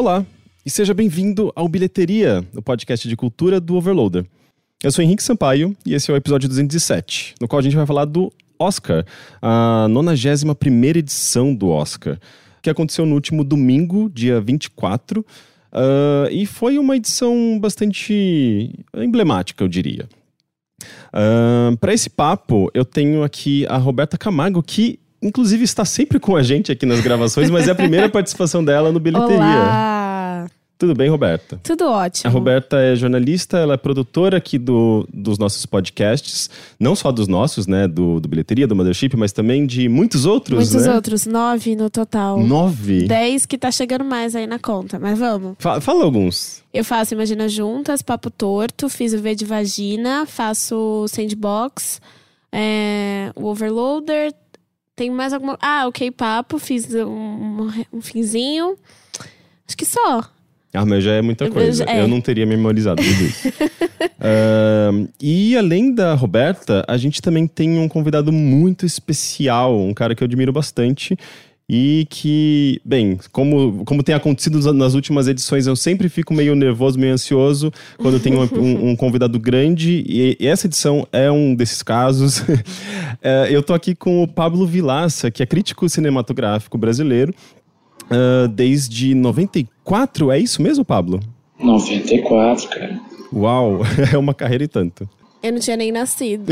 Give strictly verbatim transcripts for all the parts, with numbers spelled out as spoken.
Olá, e seja bem-vindo ao Bilheteria, o podcast de cultura do Overloader. Eu sou Henrique Sampaio e esse é o episódio duzentos e sete, no qual a gente vai falar do Oscar, a nonagésima primeira edição do Oscar, que aconteceu no último domingo, dia vinte e quatro, uh, e foi uma edição bastante emblemática, eu diria. Uh, Para esse papo, eu tenho aqui a Roberta Camargo, que inclusive está sempre com a gente aqui nas gravações, mas é a primeira participação dela no Bilheteria. Olá! Tudo bem, Roberta? Tudo ótimo. A Roberta é jornalista, ela é produtora aqui do, dos nossos podcasts, não só dos nossos, né, do, do Bilheteria, do Mothership, mas também de muitos outros, Muitos né? outros, nove no total. Nove? Dez que tá chegando mais aí na conta, mas vamos. Fala, fala alguns. Eu faço Imagina Juntas, Papo Torto, fiz o V de Vagina, faço Sandbox, é, o Overloader, tem mais alguma... Ah, o K-Papo, fiz um, um, um finzinho, acho que só. Ah, mas já é muita coisa. É. Eu não teria memorizado tudo isso. uh, e além da Roberta, a gente também tem um convidado muito especial, um cara que eu admiro bastante e que, bem, como, como tem acontecido nas últimas edições, eu sempre fico meio nervoso, meio ansioso quando eu tenho um, um, um convidado grande, e, e essa edição é um desses casos. uh, eu tô aqui com o Pablo Vilaça, que é crítico cinematográfico brasileiro, Uh, desde noventa e quatro, é isso mesmo, Pablo? noventa e quatro, cara. Uau, é uma carreira e tanto. Eu não tinha nem nascido.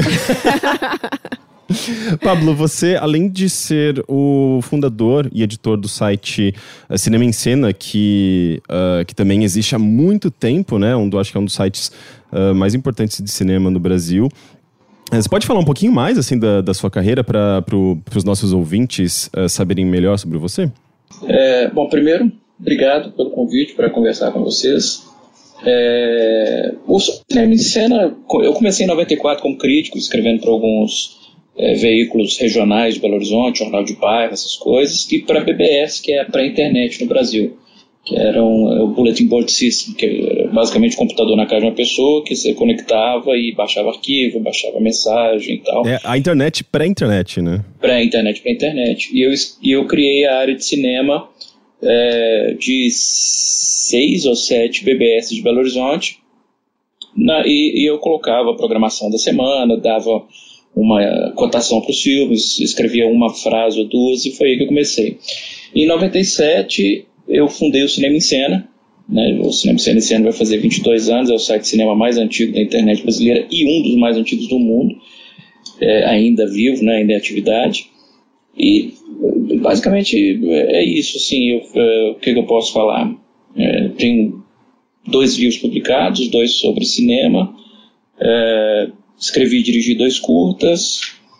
Pablo, você, além de ser o fundador e editor do site uh, Cinema em Cena, que, uh, que também existe há muito tempo, né? Um do, acho que é um dos sites uh, mais importantes de cinema no Brasil. Você pode falar um pouquinho mais assim, da, da sua carreira para pro, os nossos ouvintes uh, saberem melhor sobre você? É, bom, primeiro, obrigado pelo convite para conversar com vocês. É, o Cinema em Cena, eu comecei em noventa e quatro como crítico, escrevendo para alguns é, veículos regionais de Belo Horizonte, Jornal de Bairro, essas coisas, e para a B B S, que é a pré-internet no Brasil, que era um, o Bulletin Board System, que era basicamente um computador na casa de uma pessoa que você conectava e baixava arquivo, baixava mensagem e tal. É a internet pré-internet, né? Pré-internet, pré-internet. E eu, e eu criei a área de cinema é, de seis ou sete B B S de Belo Horizonte, na, e, e eu colocava a programação da semana, dava uma cotação para os filmes, escrevia uma frase ou duas, e foi aí que eu comecei. Em noventa e sete... eu fundei o Cinema em Cena, né? O Cinema em Cena esse ano vai fazer vinte e dois anos, é o site de cinema mais antigo da internet brasileira e um dos mais antigos do mundo, é, ainda vivo, né? Ainda em atividade. E basicamente é isso, assim, eu, é, o que eu posso falar? É, tenho dois livros publicados, dois sobre cinema, é, escrevi e dirigi dois curtas,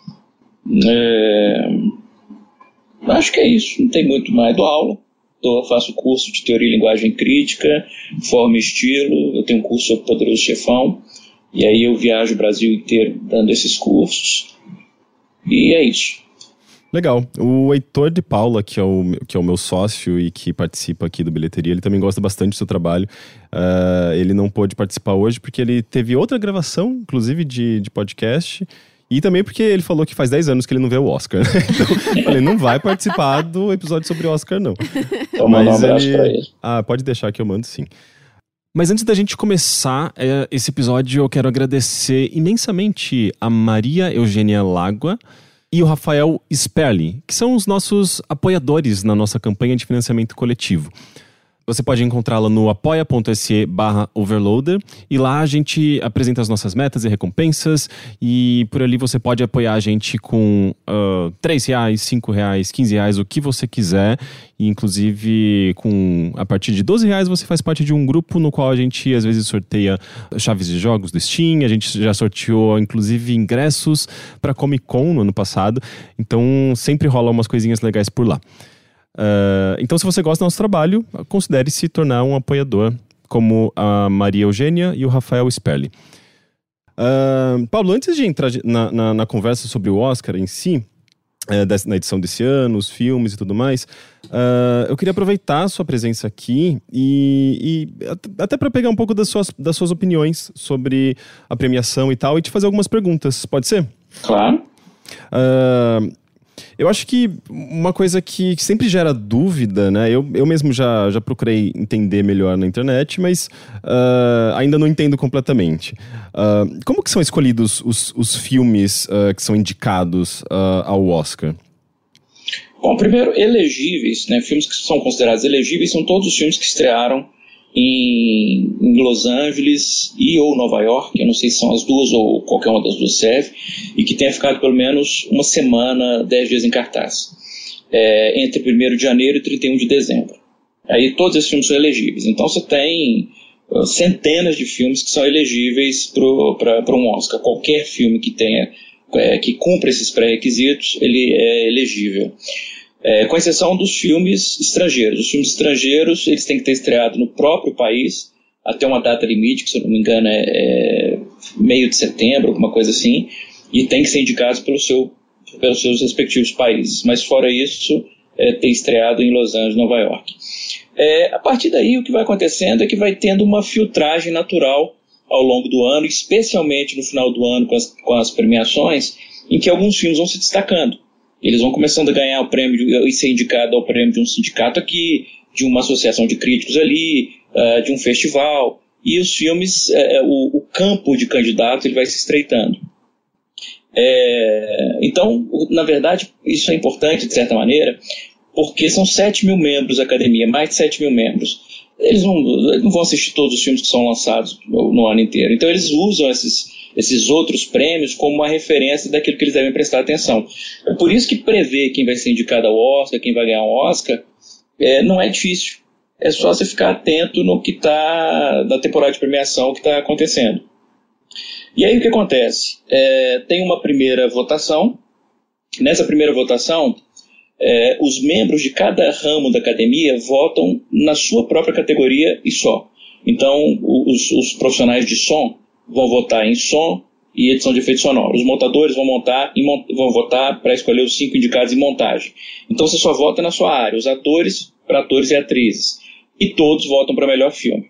é, acho que é isso, não tem muito mais, dou aula. Eu faço curso de teoria e linguagem crítica, forma e estilo, eu tenho um curso sobre Poderoso Chefão, e aí eu viajo o Brasil inteiro dando esses cursos, e é isso. Legal. O Heitor de Paula, que é o, que é o meu sócio e que participa aqui do Bilheteria, ele também gosta bastante do seu trabalho. Uh, ele não pôde participar hoje porque ele teve outra gravação, inclusive de, de podcast. E também porque ele falou que faz dez anos que ele não vê o Oscar, né? Então, ele não vai participar do episódio sobre o Oscar, não. Então, manda um abraço ele... pra ele. Ah, pode deixar que eu mando, sim. Mas antes da gente começar é, esse episódio, eu quero agradecer imensamente a Maria Eugênia Lagua e o Rafael Sperli, que são os nossos apoiadores na nossa campanha de financiamento coletivo. Você pode encontrá-la no apoia.se barra overloader e lá a gente apresenta as nossas metas e recompensas e por ali você pode apoiar a gente com uh, três reais, cinco reais, quinze reais, o que você quiser. E inclusive com, a partir de doze reais você faz parte de um grupo no qual a gente às vezes sorteia chaves de jogos do Steam. A gente já sorteou inclusive ingressos para Comic Con no ano passado, então sempre rola umas coisinhas legais por lá. Uh, então, se você gosta do nosso trabalho, considere se tornar um apoiador, como a Maria Eugênia e o Rafael Sperli. Uh, Pablo, antes de entrar na, na, na conversa sobre o Oscar em si, é, dessa, na edição desse ano, os filmes e tudo mais, uh, eu queria aproveitar a sua presença aqui e, e até para pegar um pouco das suas, das suas opiniões sobre a premiação e tal, e te fazer algumas perguntas, pode ser? Claro. Uh, Eu acho que uma coisa que sempre gera dúvida, né? Eu, eu mesmo já, já procurei entender melhor na internet, mas uh, ainda não entendo completamente. Uh, como que são escolhidos os, os filmes uh, que são indicados uh, ao Oscar? Bom, primeiro, elegíveis, né? Filmes que são considerados elegíveis são todos os filmes que estrearam em, em Los Angeles e ou Nova York, eu não sei se são as duas ou qualquer uma das duas serve, e que tenha ficado pelo menos uma semana, dez dias em cartaz, é, entre primeiro de janeiro e trinta e um de dezembro. Aí todos esses filmes são elegíveis. Então você tem uh, centenas de filmes que são elegíveis para um Oscar. Qualquer filme que tenha, é, que cumpra esses pré-requisitos, ele é elegível. É, com exceção dos filmes estrangeiros. Os filmes estrangeiros eles têm que ter estreado no próprio país até uma data limite, que se eu não me engano é, é meio de setembro, alguma coisa assim, e tem que ser indicados pelo seu, pelos seus respectivos países. Mas fora isso, é, ter estreado em Los Angeles, Nova York. É, a partir daí, o que vai acontecendo é que vai tendo uma filtragem natural ao longo do ano, especialmente no final do ano com as, com as premiações, em que alguns filmes vão se destacando. Eles vão começando a ganhar o prêmio e ser indicado ao prêmio de um sindicato aqui, de uma associação de críticos ali, uh, de um festival. E os filmes, uh, o, o campo de candidatos ele vai se estreitando. É, então, na verdade, isso é importante, de certa maneira, porque são sete mil membros da academia, mais de sete mil membros. Eles não, eles não vão assistir todos os filmes que são lançados no, no ano inteiro. Então, eles usam esses... esses outros prêmios como uma referência daquilo que eles devem prestar atenção. É por isso que prever quem vai ser indicado ao Oscar, quem vai ganhar um Oscar, é, não é difícil. É só você ficar atento no que está, da temporada de premiação, o que está acontecendo. E aí o que acontece? É, tem uma primeira votação. Nessa primeira votação, é, os membros de cada ramo da academia votam na sua própria categoria e só. Então, os, os profissionais de som vão votar em som e edição de efeitos sonoros. Os montadores vão, montar em, vão votar para escolher os cinco indicados em montagem. Então você só vota na sua área. Os atores para atores e atrizes. E todos votam para melhor filme.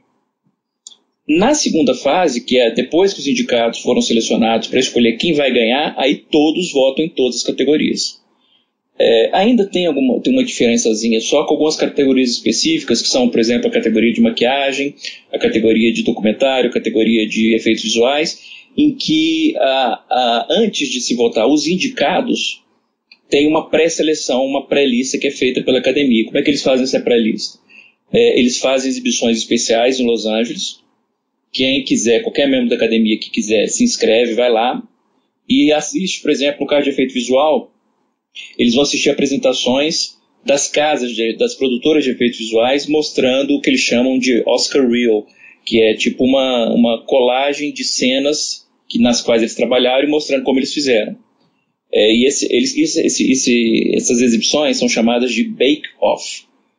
Na segunda fase, que é depois que os indicados foram selecionados para escolher quem vai ganhar, aí todos votam em todas as categorias. É, ainda tem, alguma, tem uma diferençazinha só com algumas categorias específicas, que são, por exemplo, a categoria de maquiagem, a categoria de documentário, a categoria de efeitos visuais, em que a, a, antes de se votar os indicados, tem uma pré-seleção, uma pré-lista que é feita pela academia. Como é que eles fazem essa pré-lista? É, eles fazem exibições especiais em Los Angeles. Quem quiser, qualquer membro da academia que quiser, se inscreve, vai lá e assiste, por exemplo, no caso de efeito visual, eles vão assistir apresentações das casas, de, das produtoras de efeitos visuais, mostrando o que eles chamam de Oscar Reel, que é tipo uma, uma colagem de cenas que, nas quais eles trabalharam e mostrando como eles fizeram. É, e esse, eles, esse, esse, essas exibições são chamadas de bake-off.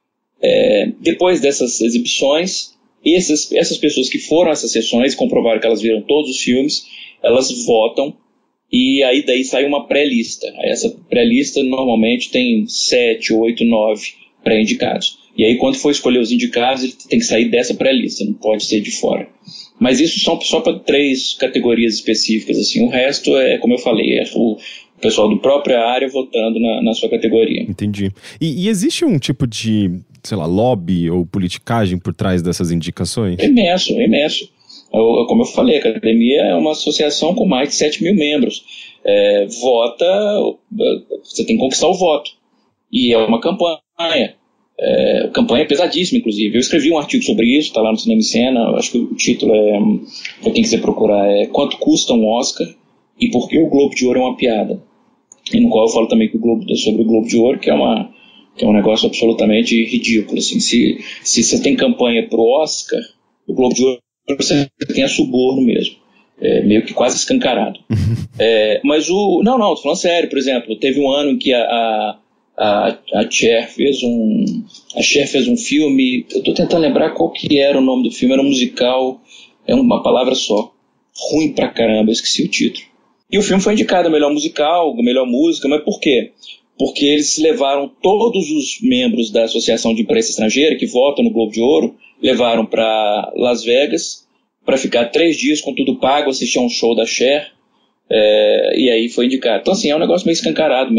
É, depois dessas exibições, essas, essas pessoas que foram a essas sessões, comprovaram que elas viram todos os filmes, elas votam. E aí daí sai uma pré-lista. Essa pré-lista normalmente tem sete, oito, nove pré-indicados. E aí quando for escolher os indicados, ele tem que sair dessa pré-lista, não pode ser de fora. Mas isso são só para três categorias específicas. Assim. O resto é, como eu falei, é o pessoal da própria área votando na, na sua categoria. Entendi. E, e existe um tipo de, sei lá, lobby ou politicagem por trás dessas indicações? Imenso, imenso. Como eu falei, a academia é uma associação com mais de sete mil membros. É, vota, você tem que conquistar o voto. E é uma campanha. É, campanha pesadíssima, inclusive. Eu escrevi um artigo sobre isso, está lá no Cinema em Cena. Acho que o título é, para quem quiser procurar, é Quanto Custa um Oscar e Por que o Globo de Ouro é uma Piada. E no qual eu falo também que o Globo, sobre o Globo de Ouro, que é, uma, que é um negócio absolutamente ridículo. Assim. Se, se você tem campanha para o Oscar, o Globo de Ouro você tem a suborno mesmo, é, meio que quase escancarado. é, mas o... Não, não, tô falando sério, por exemplo, teve um ano em que a, a, a, a Cher fez um... A Cher fez um filme, eu tô tentando lembrar qual que era o nome do filme, era um musical, é uma palavra só, ruim pra caramba, eu esqueci o título. E o filme foi indicado a melhor musical, a melhor música, mas por quê? Porque eles levaram todos os membros da Associação de Imprensa Estrangeira, que votam no Globo de Ouro, levaram para Las Vegas para ficar três dias com tudo pago, assistir a um show da Cher, é, e aí foi indicado. Então, assim, é um negócio meio escancarado mesmo.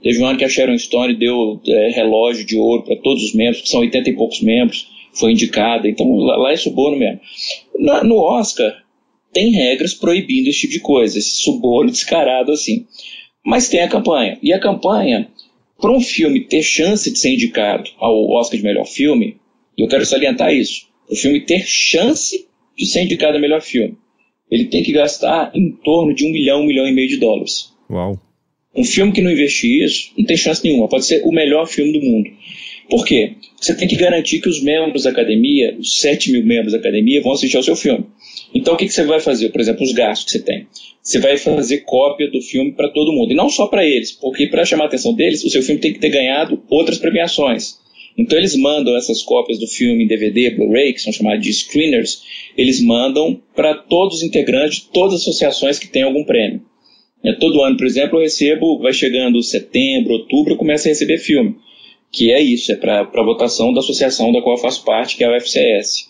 Teve um ano que a Sharon Stone deu é, relógio de ouro para todos os membros, que são oitenta e poucos membros, foi indicada. Então lá, lá é suborno mesmo. Na, no Oscar, tem regras proibindo esse tipo de coisa, esse suborno descarado assim. Mas tem a campanha. E a campanha, para um filme ter chance de ser indicado ao Oscar de melhor filme, e eu quero salientar isso, o filme ter chance de ser indicado a melhor filme, ele tem que gastar em torno de um milhão, um milhão e meio de dólares. Uau. Um filme que não investir isso, não tem chance nenhuma. Pode ser o melhor filme do mundo. Por quê? Você tem que garantir que os membros da academia, os sete mil membros da academia, vão assistir ao seu filme. Então o que, que você vai fazer? Por exemplo, os gastos que você tem. Você vai fazer cópia do filme para todo mundo. E não só para eles, porque para chamar a atenção deles, o seu filme tem que ter ganhado outras premiações. Então eles mandam essas cópias do filme em D V D, Blu-ray, que são chamados de screeners, eles mandam para todos os integrantes de todas as associações que têm algum prêmio. É, todo ano, por exemplo, eu recebo, vai chegando setembro, outubro, eu começo a receber filme. Que é isso, é para a votação da associação da qual eu faço parte, que é a U F C S.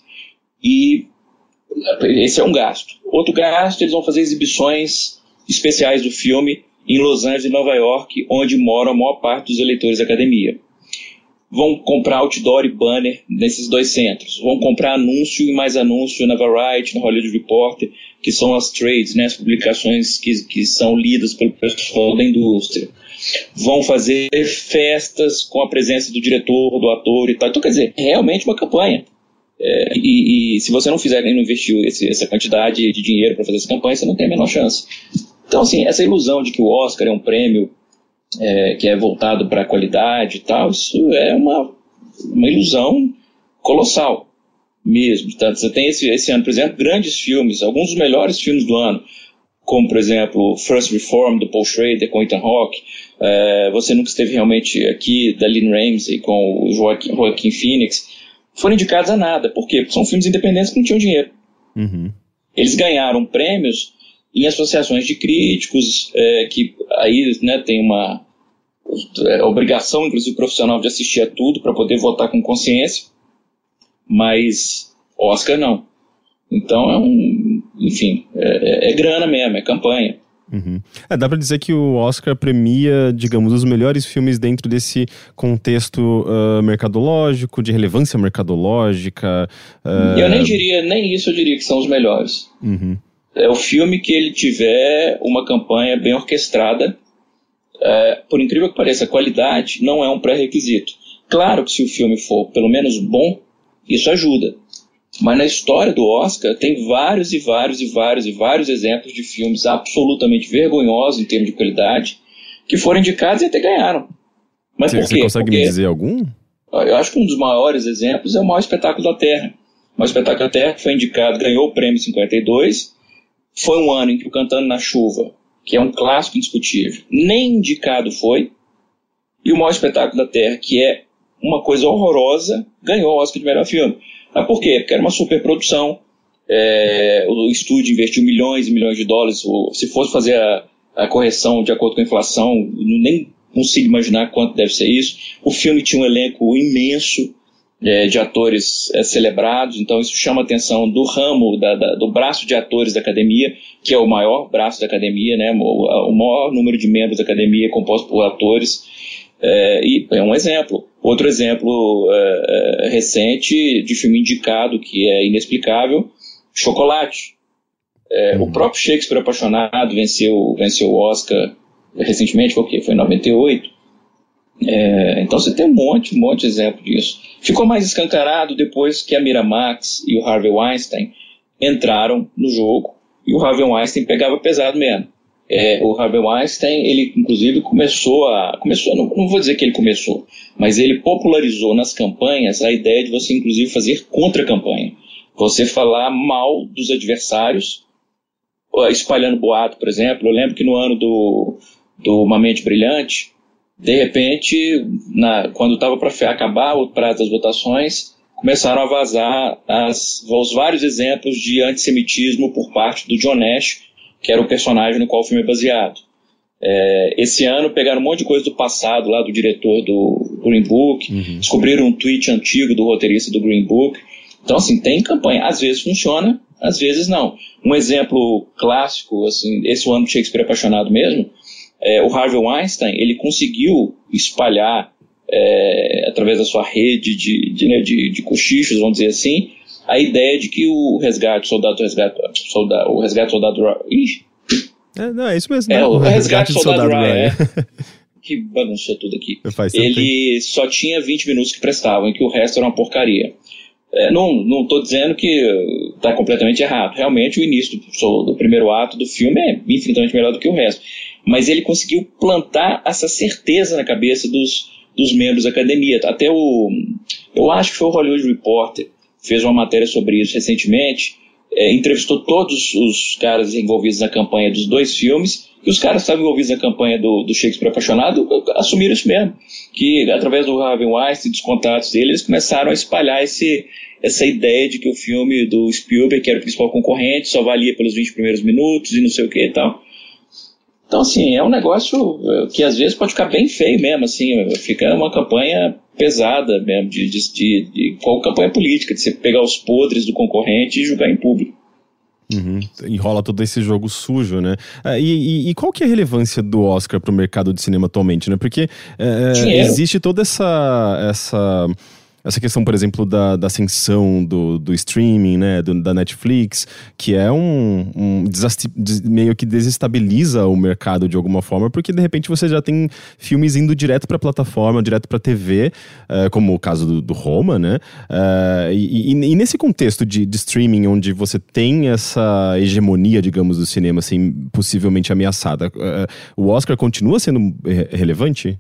E esse é um gasto. Outro gasto, eles vão fazer exibições especiais do filme em Los Angeles e Nova York, onde moram a maior parte dos eleitores da academia. Vão comprar outdoor e banner nesses dois centros. Vão comprar anúncio e mais anúncio na Variety, na Hollywood Reporter, que são as trades, né, as publicações que, que são lidas pelo pessoal da indústria. Vão fazer festas com a presença do diretor, do ator e tal. Então, quer dizer, é realmente uma campanha. É, e, e se você não fizer, nem não investiu esse, essa quantidade de dinheiro para fazer essa campanha, você não tem a menor chance. Então, assim, essa ilusão de que o Oscar é um prêmio é, que é voltado para a qualidade e tal, isso é uma, uma ilusão colossal mesmo. Tá? Você tem esse, esse ano, por exemplo, grandes filmes, alguns dos melhores filmes do ano, como, por exemplo, First Reform, do Paul Schrader, com Ethan Hawke. É, você nunca esteve realmente aqui, da Lynn Ramsey, com o Joaquin, Joaquin Phoenix, foram indicados a nada. Por quê? Porque são filmes independentes que não tinham dinheiro. Uhum. Eles ganharam prêmios em associações de críticos, é, que aí, né, tem uma é, obrigação, inclusive profissional, de assistir a tudo para poder votar com consciência, mas Oscar não. Então é um, enfim, é, é grana mesmo, é campanha. Uhum. É, dá pra dizer que o Oscar premia, digamos, os melhores filmes dentro desse contexto uh, mercadológico, de relevância mercadológica. Uh... Eu nem diria, nem isso eu diria que são os melhores. Uhum. É o filme que ele tiver uma campanha bem orquestrada. É, por incrível que pareça, a qualidade não é um pré-requisito. Claro que se o filme for pelo menos bom, isso ajuda. Mas na história do Oscar tem vários e vários e vários e vários exemplos de filmes absolutamente vergonhosos em termos de qualidade que foram indicados e até ganharam. Mas você, por quê? Você consegue Porque me dizer algum? Eu acho que um dos maiores exemplos é o Maior Espetáculo da Terra. O Maior Espetáculo da Terra foi indicado, ganhou o prêmio em cinquenta e dois. Foi um ano em que o Cantando na Chuva, que é um clássico indiscutível, nem indicado foi. E o Maior Espetáculo da Terra, que é uma coisa horrorosa, ganhou o Oscar de melhor filme. Mas por quê? Porque era uma superprodução, é, o estúdio investiu milhões e milhões de dólares. Se fosse fazer a, a correção de acordo com a inflação, nem consigo imaginar quanto deve ser isso. O filme tinha um elenco imenso é, de atores é, celebrados, então isso chama a atenção do ramo, da, da, do braço de atores da academia, que é o maior braço da academia, né? o, o maior número de membros da academia é composto por atores. É, e é um exemplo. Outro exemplo é, é, recente de filme indicado que é inexplicável, Chocolate. É, uhum. O próprio Shakespeare Apaixonado venceu, venceu o Oscar recentemente, foi o quê? Foi em noventa e oito. É, então você tem um monte, um monte de exemplo disso. Ficou mais escancarado depois que a Miramax e o Harvey Weinstein entraram no jogo, e o Harvey Weinstein pegava pesado mesmo. É, o Harvey Weinstein, ele inclusive começou a... Começou, não, não vou dizer que ele começou, mas ele popularizou nas campanhas a ideia de você inclusive fazer contra-campanha. Você falar mal dos adversários, espalhando boato, por exemplo. Eu lembro que no ano do, do Uma Mente Brilhante, de repente, na, quando estava para acabar o prazo das votações, começaram a vazar as, os vários exemplos de antissemitismo por parte do John Nash, que era o personagem no qual o filme é baseado. É, esse ano pegaram um monte de coisa do passado lá do diretor do Green Book, uhum. Descobriram um tweet antigo do roteirista do Green Book. Então, assim, tem campanha. Às vezes funciona, às vezes não. Um exemplo clássico, assim, esse ano do Shakespeare Apaixonado mesmo, É, o Harvey Weinstein, ele conseguiu espalhar, é, através da sua rede de, de, né, de, de cochichos, vamos dizer assim, a ideia de que o resgate, soldado, resgate, soldado, o resgate soldado Ryan... Ih, é, não, é isso mesmo. É, não, o, o resgate, resgate soldado, soldado Ryan. Ryan. É, que bagunçou tudo aqui. Ele só tinha vinte minutos que prestavam, e que o resto era uma porcaria. É, não estou dizendo que está completamente errado. Realmente, o início do, do primeiro ato do filme é infinitamente melhor do que o resto. Mas ele conseguiu plantar essa certeza na cabeça dos, dos membros da academia. Até o... Eu acho que foi o Hollywood Reporter, fez uma matéria sobre isso recentemente, é, entrevistou todos os caras envolvidos na campanha dos dois filmes, e os caras que estavam envolvidos na campanha do, do Shakespeare Apaixonado assumiram isso mesmo, que através do Harvey Weinstein e dos contatos dele, eles começaram a espalhar esse, essa ideia de que o filme do Spielberg, que era o principal concorrente, só valia pelos vinte primeiros minutos e não sei o que e tal. Então, assim, é um negócio que às vezes pode ficar bem feio mesmo, assim, fica uma campanha pesada mesmo, de, de, de, de qual campanha política, de você pegar os podres do concorrente e julgar em público. Uhum. Enrola todo esse jogo sujo, né? Ah, e, e, e qual que é a relevância do Oscar pro mercado de cinema atualmente, né? Porque é, existe toda essa... essa... Essa questão, por exemplo, da, da ascensão do, do streaming, né, do, da Netflix, que é um, um desasti- des, meio que desestabiliza o mercado de alguma forma, porque de repente você já tem filmes indo direto para a plataforma, direto para a T V, uh, como o caso do, do Roma, né? Uh, e, e, e nesse contexto de, de streaming, onde você tem essa hegemonia, digamos, do cinema, assim, possivelmente ameaçada, uh, o Oscar continua sendo re- relevante?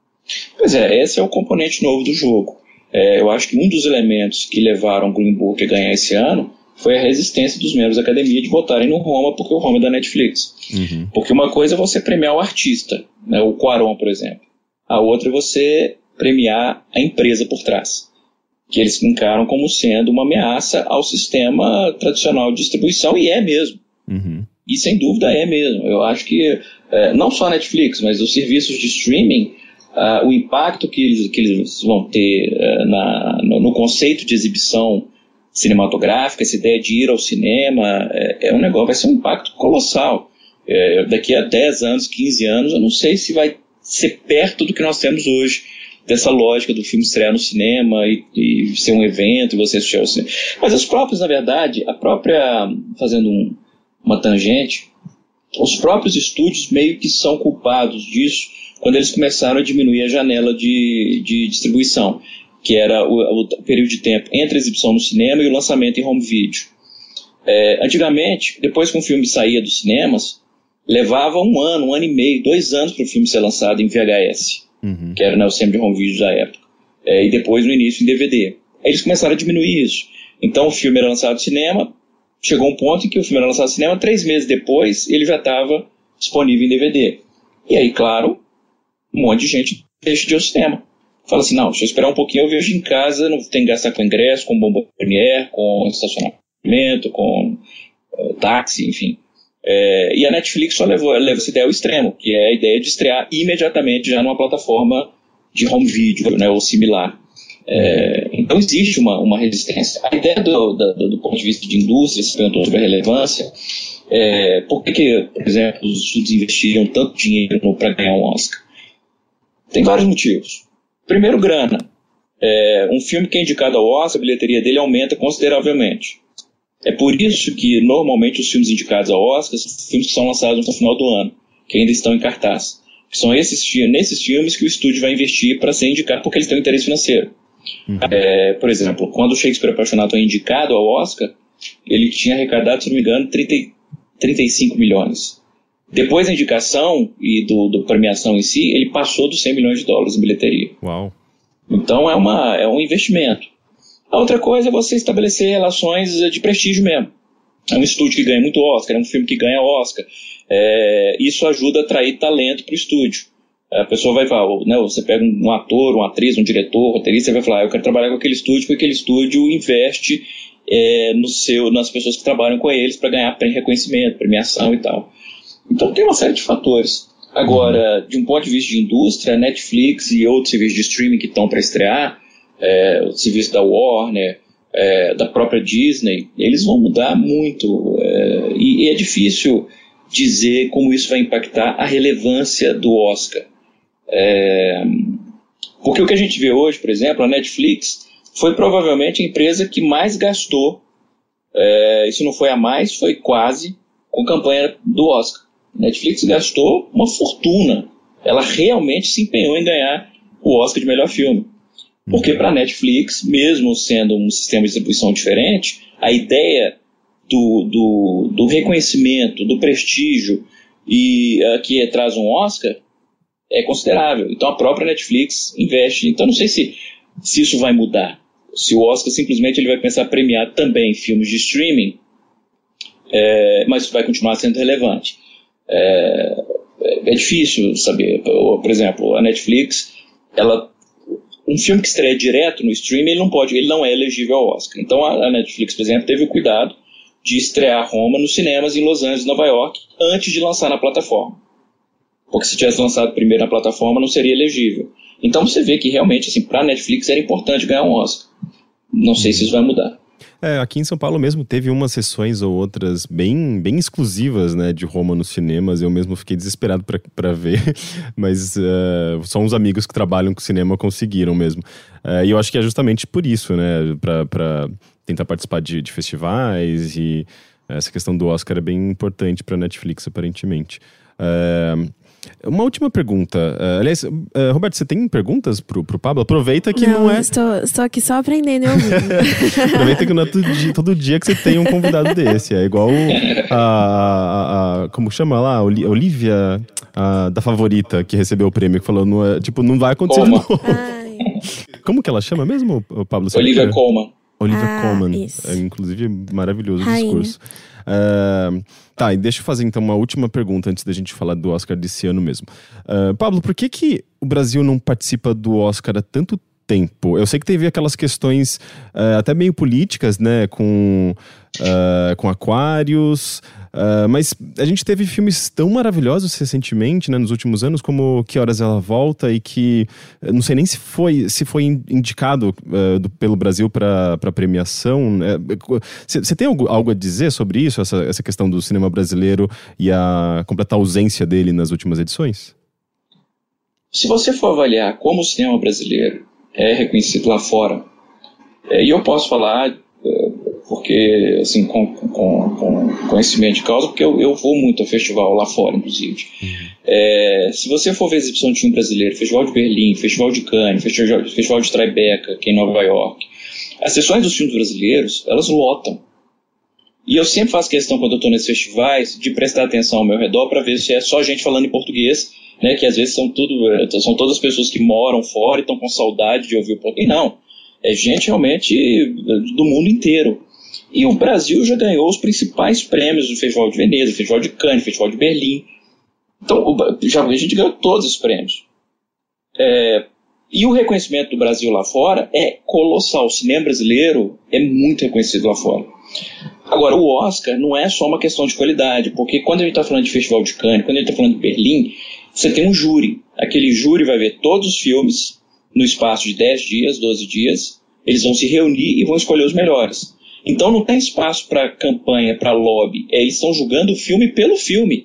Pois é, esse é o componente novo do jogo. É, eu acho que um dos elementos que levaram o Green Book a ganhar esse ano foi a resistência dos membros da academia de votarem no Roma, porque o Roma é da Netflix. Uhum. Porque uma coisa é você premiar o artista, né, o Cuarón, por exemplo. A outra é você premiar a empresa por trás, que eles encaram como sendo uma ameaça ao sistema tradicional de distribuição, e é mesmo. Uhum. E sem dúvida é mesmo. Eu acho que é, não só a Netflix, mas os serviços de streaming, Uh, o impacto que eles, que eles vão ter uh, na, no, no conceito de exibição cinematográfica, essa ideia de ir ao cinema, é, é um negócio, vai ser um impacto colossal. É, daqui a dez anos, quinze anos, eu não sei se vai ser perto do que nós temos hoje, dessa lógica do filme estrear no cinema e, e ser um evento e você assistir ao cinema. Mas os próprios, na verdade, a própria, fazendo um, uma tangente, os próprios estúdios meio que são culpados disso, quando eles começaram a diminuir a janela de, de distribuição, que era o, o período de tempo entre a exibição no cinema e o lançamento em home video. É, antigamente, depois que um filme saía dos cinemas, levava um ano, um ano e meio, dois anos para o filme ser lançado em V H S, uhum. que era, né, o cinema de home video da época, é, e depois no início em D V D. Aí eles começaram a diminuir isso. Então o filme era lançado no cinema, chegou um ponto em que o filme era lançado no cinema, três meses depois ele já estava disponível em D V D. E aí, claro, um monte de gente deixa de ir ao cinema. Fala assim, não, deixa eu esperar um pouquinho, eu vejo em casa, não tem que gastar com ingresso, com bomba premier, com estacionamento, com uh, táxi, enfim. É, e a Netflix só levou, levou essa ideia ao extremo, que é a ideia de estrear imediatamente já numa plataforma de home video, né, ou similar. É, então existe uma, uma resistência. A ideia do, do, do ponto de vista de indústria, se perguntou sobre a relevância, é, por que, que, por exemplo, os estúdios investiram tanto dinheiro para ganhar um Oscar? Tem vários motivos. Primeiro, grana. É, um filme que é indicado ao Oscar, a bilheteria dele aumenta consideravelmente. É por isso que, normalmente, os filmes indicados ao Oscar são filmes que são lançados no final do ano, que ainda estão em cartaz. São esses, nesses filmes que o estúdio vai investir para ser indicado, porque eles têm um interesse financeiro. Uhum. É, por exemplo, quando o Shakespeare Apaixonado é indicado ao Oscar, ele tinha arrecadado, se não me engano, trinta, trinta e cinco milhões. Depois da indicação e do, do premiação em si, ele passou dos cem milhões de dólares em bilheteria. Uau. Então é, uma, é um investimento. A outra coisa é você estabelecer relações de prestígio mesmo. É um estúdio que ganha muito Oscar, é um filme que ganha Oscar. É, isso ajuda a atrair talento para o estúdio. A pessoa vai falar, né, você pega um ator, uma atriz, um diretor, um roteirista, você vai falar, eu quero trabalhar com aquele estúdio, porque aquele estúdio investe é, no seu, nas pessoas que trabalham com eles para ganhar reconhecimento, premiação e tal. Então tem uma série de fatores. Agora, de um ponto de vista de indústria, a Netflix e outros serviços de streaming que estão para estrear, é, o serviço da Warner, é, da própria Disney, eles vão mudar muito. É, e, e é difícil dizer como isso vai impactar a relevância do Oscar. É, porque o que a gente vê hoje, por exemplo, a Netflix foi provavelmente a empresa que mais gastou, é, isso não foi a mais, foi quase, com campanha do Oscar. A Netflix gastou uma fortuna. Ela realmente se empenhou em ganhar o Oscar de melhor filme. Porque para a Netflix, mesmo sendo um sistema de distribuição diferente, a ideia do, do, do reconhecimento, do prestígio e uh, que traz um Oscar é considerável. Então a própria Netflix investe. Então não sei se, se isso vai mudar. Se o Oscar simplesmente ele vai pensar premiar também filmes de streaming, é, mas vai continuar sendo relevante. É, é difícil saber. Por exemplo, a Netflix, ela, um filme que estreia direto no streaming, ele não pode, ele não é elegível ao Oscar. Então a, a Netflix, por exemplo, teve o cuidado de estrear Roma nos cinemas em Los Angeles e Nova York antes de lançar na plataforma. Porque se tivesse lançado primeiro na plataforma, não seria elegível. Então você vê que realmente, assim, para a Netflix era importante ganhar um Oscar. Não sei se isso vai mudar. É, aqui em São Paulo mesmo teve umas sessões ou outras bem, bem exclusivas, né, de Roma nos cinemas. Eu mesmo fiquei desesperado para ver, mas uh, só uns amigos que trabalham com cinema conseguiram mesmo. Uh, e eu acho que é justamente por isso, né, para tentar participar de, de festivais, e essa questão do Oscar é bem importante para a Netflix, aparentemente. Uh, Uma última pergunta. Uh, aliás, uh, Roberto, você tem perguntas pro, pro Pablo? Aproveita que não, não é... Estou, estou aqui só aprendendo e ouvindo. Aproveita que não é todo dia, todo dia que você tem um convidado desse. É igual a... a, a como chama lá? A Olivia, a, da Favorita, que recebeu o prêmio, que falou, não é, tipo, não vai acontecer de novo. Ai. Como que ela chama mesmo, Pablo? Olivia Colman. Olivia ah, Colman. Isso. É, inclusive, maravilhoso o Rainha. discurso. Uh, tá, e deixa eu fazer então uma última pergunta antes da gente falar do Oscar desse ano mesmo. Uh, Pablo, por que que o Brasil não participa do Oscar há tanto tempo? Eu sei que teve aquelas questões uh, até meio políticas, né, com, uh, com Aquários, uh, mas a gente teve filmes tão maravilhosos recentemente, né, nos últimos anos, como Que Horas Ela Volta, e que não sei nem se foi, se foi indicado uh, do, pelo Brasil para premiação. Você tem algo, algo a dizer sobre isso, essa, essa questão do cinema brasileiro e a completa ausência dele nas últimas edições? Se você for avaliar como o cinema brasileiro é reconhecido lá fora, é, e eu posso falar é, porque, assim, com, com, com conhecimento de causa, porque eu, eu vou muito a festival lá fora, inclusive. Uhum. É, se você for ver a exibição de filme brasileiro, Festival de Berlim, Festival de Cannes, Festival, Festival de Tribeca, aqui em Nova York, as sessões dos filmes brasileiros, elas lotam. E eu sempre faço questão, quando eu estou nesses festivais, de prestar atenção ao meu redor para ver se é só gente falando em português, né, que às vezes são, tudo, são todas as pessoas que moram fora e estão com saudade de ouvir o português. Não, é gente realmente do mundo inteiro. E o Brasil já ganhou os principais prêmios do Festival de Veneza, Festival de Cannes, Festival de Berlim. Então, já, a gente ganhou todos os prêmios. É, e o reconhecimento do Brasil lá fora é colossal. O cinema brasileiro é muito reconhecido lá fora. Agora, o Oscar não é só uma questão de qualidade, porque quando a gente está falando de Festival de Cannes, quando a gente está falando de Berlim, você tem um júri. Aquele júri vai ver todos os filmes no espaço de dez dias, doze dias. Eles vão se reunir e vão escolher os melhores. Então não tem espaço para campanha, para lobby. É, eles estão julgando o filme pelo filme.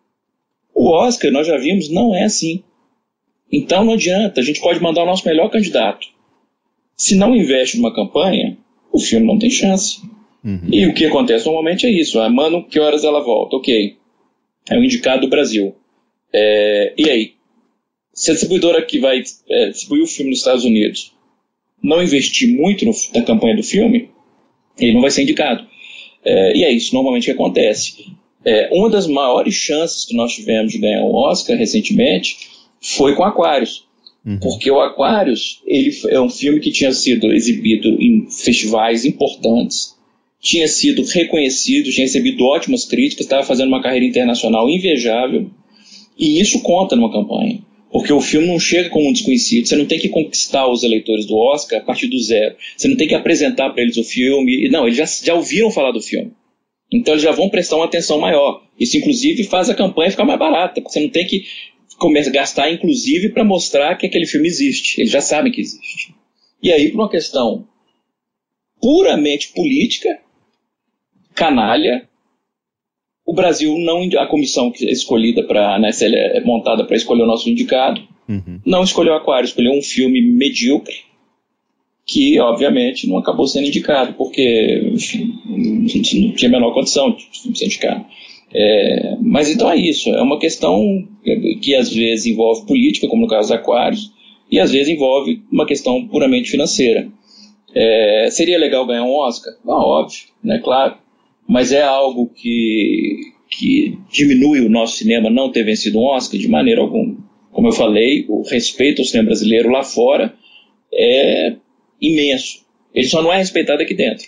O Oscar, nós já vimos, não é assim. Então não adianta. A gente pode mandar o nosso melhor candidato. Se não investe numa campanha, o filme não tem chance. Uhum. E o que acontece normalmente é isso. Ah, mano, Que Horas Ela Volta? Ok. É o indicado do Brasil. É, e aí? Se a distribuidora que vai é, distribuir o filme nos Estados Unidos não investir muito no, na campanha do filme, ele não vai ser indicado. É, e é isso normalmente que acontece. É, uma das maiores chances que nós tivemos de ganhar um Oscar recentemente foi com Aquários. Uhum. Porque o Aquários ele é um filme que tinha sido exibido em festivais importantes, tinha sido reconhecido, tinha recebido ótimas críticas, estava fazendo uma carreira internacional invejável, e isso conta numa campanha. Porque o filme não chega como um desconhecido. Você não tem que conquistar os eleitores do Oscar a partir do zero. Você não tem que apresentar para eles o filme. Não, eles já, já ouviram falar do filme. Então eles já vão prestar uma atenção maior. Isso, inclusive, faz a campanha ficar mais barata. Porque você não tem que começar a gastar, inclusive, para mostrar que aquele filme existe. Eles já sabem que existe. E aí, por uma questão puramente política, canalha, O Brasil, não, a comissão que é escolhida para, né, é montada para escolher o nosso indicado, uhum. não escolheu Aquário, escolheu um filme medíocre, que obviamente não acabou sendo indicado, porque, enfim, não tinha a menor condição de ser indicado. É, mas então é isso, é uma questão que às vezes envolve política, como no caso dos Aquários, e às vezes envolve uma questão puramente financeira. É, seria legal ganhar um Oscar? Ah, óbvio, né, claro. Mas é algo que, que diminui o nosso cinema não ter vencido um Oscar de maneira alguma. Como eu falei, o respeito ao cinema brasileiro lá fora é imenso. Ele só não é respeitado aqui dentro.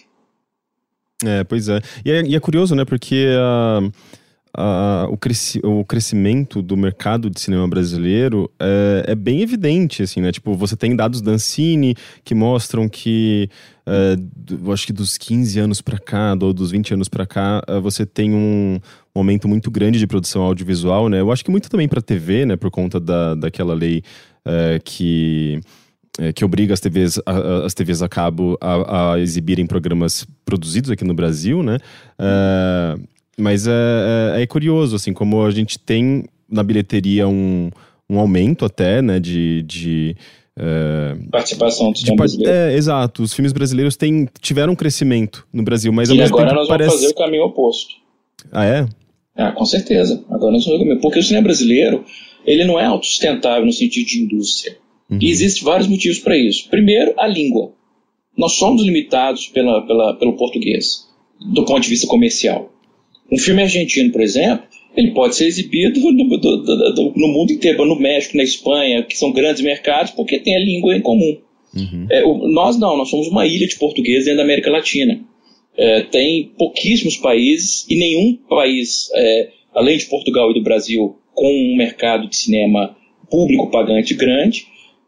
É, pois é. E é, e é curioso, né? Porque uh, uh, o, cresci- o crescimento do mercado de cinema brasileiro é, é bem evidente, assim, né? Tipo, você tem dados da Ancine que mostram que Uh, do, acho que dos quinze anos pra cá, ou dos vinte anos pra cá, uh, você tem um, um aumento muito grande de produção audiovisual, né? Eu acho que muito também pra T V, né? Por conta da, daquela lei uh, que, uh, que obriga as T Vs, a, as T Vs a cabo a, a exibirem programas produzidos aqui no Brasil, né? Uh, mas é, é, é curioso, assim, como a gente tem na bilheteria um, um aumento até, né? De... de É, participação do cinema brasileiro. É, exato. Os filmes brasileiros têm, tiveram um crescimento no Brasil, mas e ao mesmo agora tempo nós parece... vamos fazer o caminho oposto. Ah, é? Ah, com certeza. Agora nós vamos fazer o caminho. Porque o cinema brasileiro, ele não é autossustentável no sentido de indústria. Uhum. E existem vários motivos para isso. Primeiro, a língua. Nós somos limitados pela, pela, pelo português, do ponto de vista comercial. Um filme argentino, por exemplo, ele pode ser exibido no, do, do, do, no mundo inteiro, no México, na Espanha, que são grandes mercados, porque tem a língua em comum. Uhum. É, o, nós não, nós somos uma ilha de português dentro da América Latina. É, tem pouquíssimos países, e nenhum país, é, além de Portugal e do Brasil, com um mercado de cinema público pagante grande,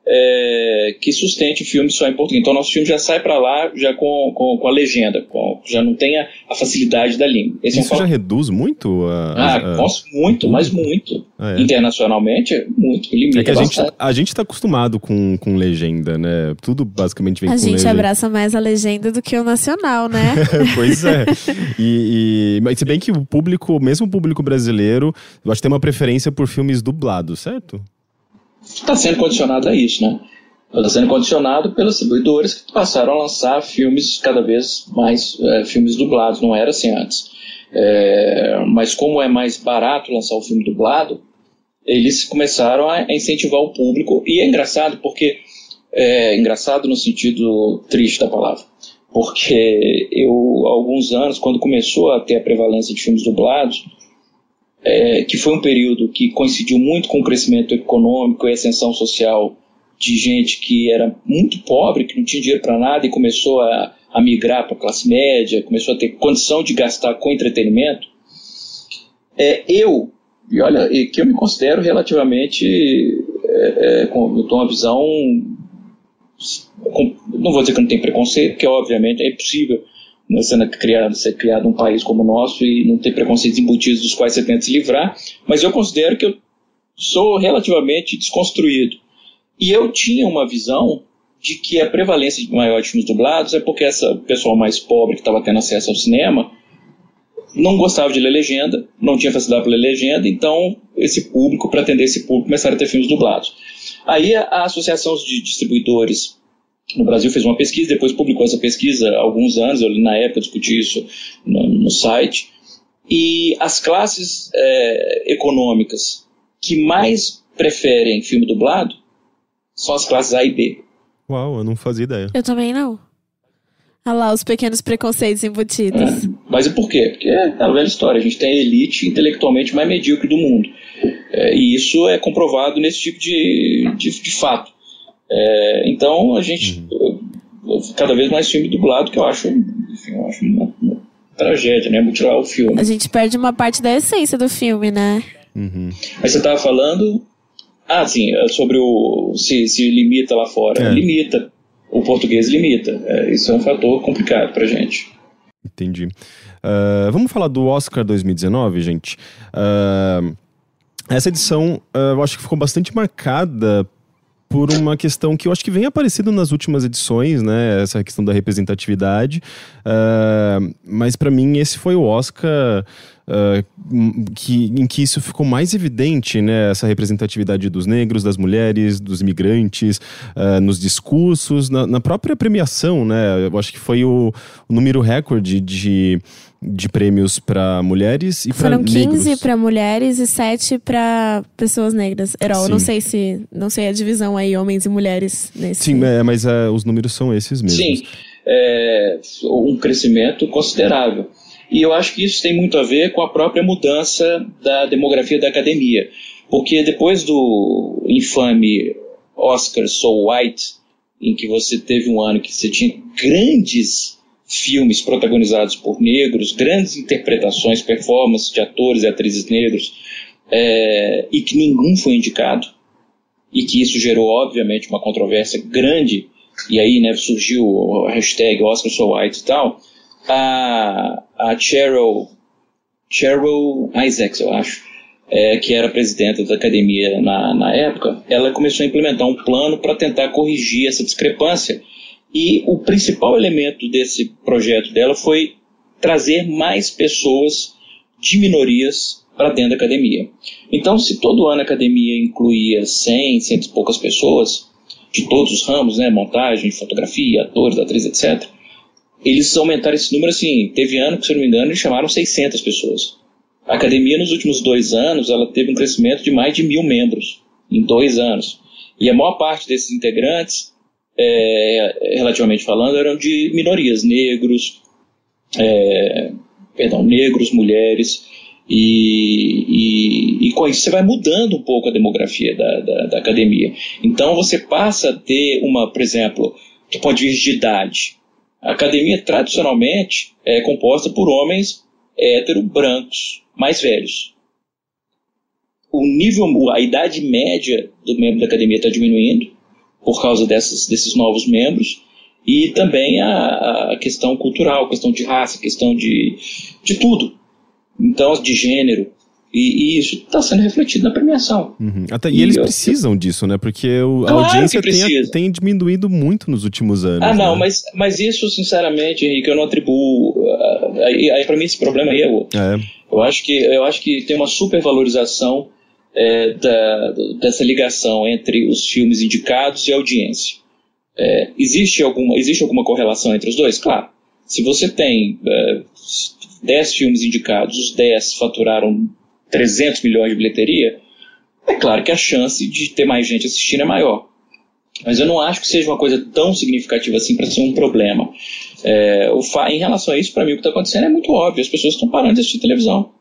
é, que sustente o filme só em português. Então, nosso filme já sai para lá já com, com, com a legenda, com, já não tem a, a facilidade da língua. Esse Isso é um já fal... reduz muito? A, ah, a... Nossa, muito, mas muito. Ah, é. Internacionalmente, é muito. Limita é que a gente, a gente tá acostumado com, com legenda, né? Tudo basicamente vem a com legenda. A gente abraça mais a legenda do que o nacional, né? Pois é. E, e, mas se bem que o público, mesmo o público brasileiro, eu acho que tem uma preferência por filmes dublados, certo? Está sendo condicionado a isso, né? Está sendo condicionado pelos distribuidores que passaram a lançar filmes cada vez mais, é, filmes dublados, não era assim antes. É, mas como é mais barato lançar o filme dublado, eles começaram a incentivar o público, e é engraçado porque, é engraçado no sentido triste da palavra, porque eu, há alguns anos, quando começou a ter a prevalência de filmes dublados, É, que foi um período que coincidiu muito com o crescimento econômico e ascensão social de gente que era muito pobre, que não tinha dinheiro para nada e começou a, a migrar para a classe média, começou a ter condição de gastar com entretenimento. É, eu, e olha, que eu me considero relativamente, é, é, com, eu tenho uma visão, com, não vou dizer que não tem preconceito, porque obviamente é impossível sendo criado, ser criado um país como o nosso e não ter preconceitos embutidos dos quais você tenta se livrar, mas eu considero que eu sou relativamente desconstruído. E eu tinha uma visão de que a prevalência maior de filmes dublados é porque esse pessoal mais pobre que estava tendo acesso ao cinema não gostava de ler legenda, não tinha facilidade para ler legenda, então esse público, para atender esse público, começaram a ter filmes dublados. Aí a, a Associação de Distribuidores no Brasil fez uma pesquisa, depois publicou essa pesquisa há alguns anos, eu na época discuti isso no, no site, e as classes é, econômicas que mais preferem filme dublado são as classes A e B. Uau, eu não fazia ideia. Eu também não. Olha lá os pequenos preconceitos embutidos. É, mas e por quê? Porque é a velha história, a gente tem a elite intelectualmente mais medíocre do mundo, é, e isso é comprovado nesse tipo de, de, de fato. É, então a gente uhum. cada vez mais filme dublado, que eu acho, enfim, eu acho uma, uma tragédia, né? Mutilar o filme. A gente perde uma parte da essência do filme, né? Uhum. Mas você estava falando, ah, sim, sobre o se, se limita lá fora. É. Limita, o português limita. É, isso é um fator complicado pra gente. Entendi. Uh, vamos falar do Oscar dois mil e dezenove, gente. Uh, essa edição, uh, eu acho que ficou bastante marcada por uma questão que eu acho que vem aparecendo nas últimas edições, né? Essa questão da representatividade. Uh, mas para mim esse foi o Oscar uh, que, em que isso ficou mais evidente, né? Essa representatividade dos negros, das mulheres, dos imigrantes, uh, nos discursos, na, na própria premiação, né? Eu acho que foi o, o número recorde de, de prêmios para mulheres e para negros. Foram quinze para mulheres e sete para pessoas negras. Erol, eu não sei se... Não sei a divisão aí, homens e mulheres nesse... Sim, é, mas é, os números são esses mesmos. Sim, é um crescimento considerável. E eu acho que isso tem muito a ver com a própria mudança da demografia da academia. Porque depois do infame Oscar So White, em que você teve um ano que você tinha grandes filmes protagonizados por negros, grandes interpretações, performances de atores e atrizes negros, é, e que nenhum foi indicado, e que isso gerou, obviamente, uma controvérsia grande, e aí, né, surgiu a hashtag Oscar So White e tal. A, a Cheryl, Cheryl Isaacs, eu acho, é, que era presidenta da academia na, na época, ela começou a implementar um plano para tentar corrigir essa discrepância. E o principal elemento desse projeto dela foi trazer mais pessoas de minorias para dentro da academia. Então, se todo ano a academia incluía cem, cento e poucas pessoas, de todos os ramos, né, montagem, fotografia, atores, atrizes, etcétera, eles aumentaram esse número assim. Teve ano que, se eu não me engano, eles chamaram seiscentas pessoas. A academia, nos últimos dois anos, ela teve um crescimento de mais de mil membros, em dois anos. E a maior parte desses integrantes, é, relativamente falando, eram de minorias, negros, é, perdão, negros, mulheres, e, e, e com isso você vai mudando um pouco a demografia da, da, da academia. Então você passa a ter uma, por exemplo, do ponto de vista de idade, a academia tradicionalmente é composta por homens hétero, brancos, mais velhos. O nível, a idade média do membro da academia está diminuindo por causa dessas, desses novos membros, e também a, a questão cultural, a questão de raça, a questão de, de tudo. Então, de gênero. E, e isso está sendo refletido na premiação. Uhum. Até, e, e eles eu, precisam eu... disso, né? Porque o, claro a audiência tem, tem diminuído muito nos últimos anos. Ah, não, né? mas, mas isso, sinceramente, Henrique, eu não atribuo. Uh, aí, aí para mim, esse problema aí é outro. É. Eu, acho que, eu acho que tem uma supervalorização é, da, dessa ligação entre os filmes indicados e a audiência. É, existe, alguma, existe alguma correlação entre os dois? Claro. Se você tem é, dez filmes indicados, os dez faturaram trezentos milhões de bilheteria, é claro que a chance de ter mais gente assistindo é maior. Mas eu não acho que seja uma coisa tão significativa assim para ser um problema. É, o fa- em relação a isso, para mim, o que está acontecendo é muito óbvio. As pessoas estão parando de assistir televisão.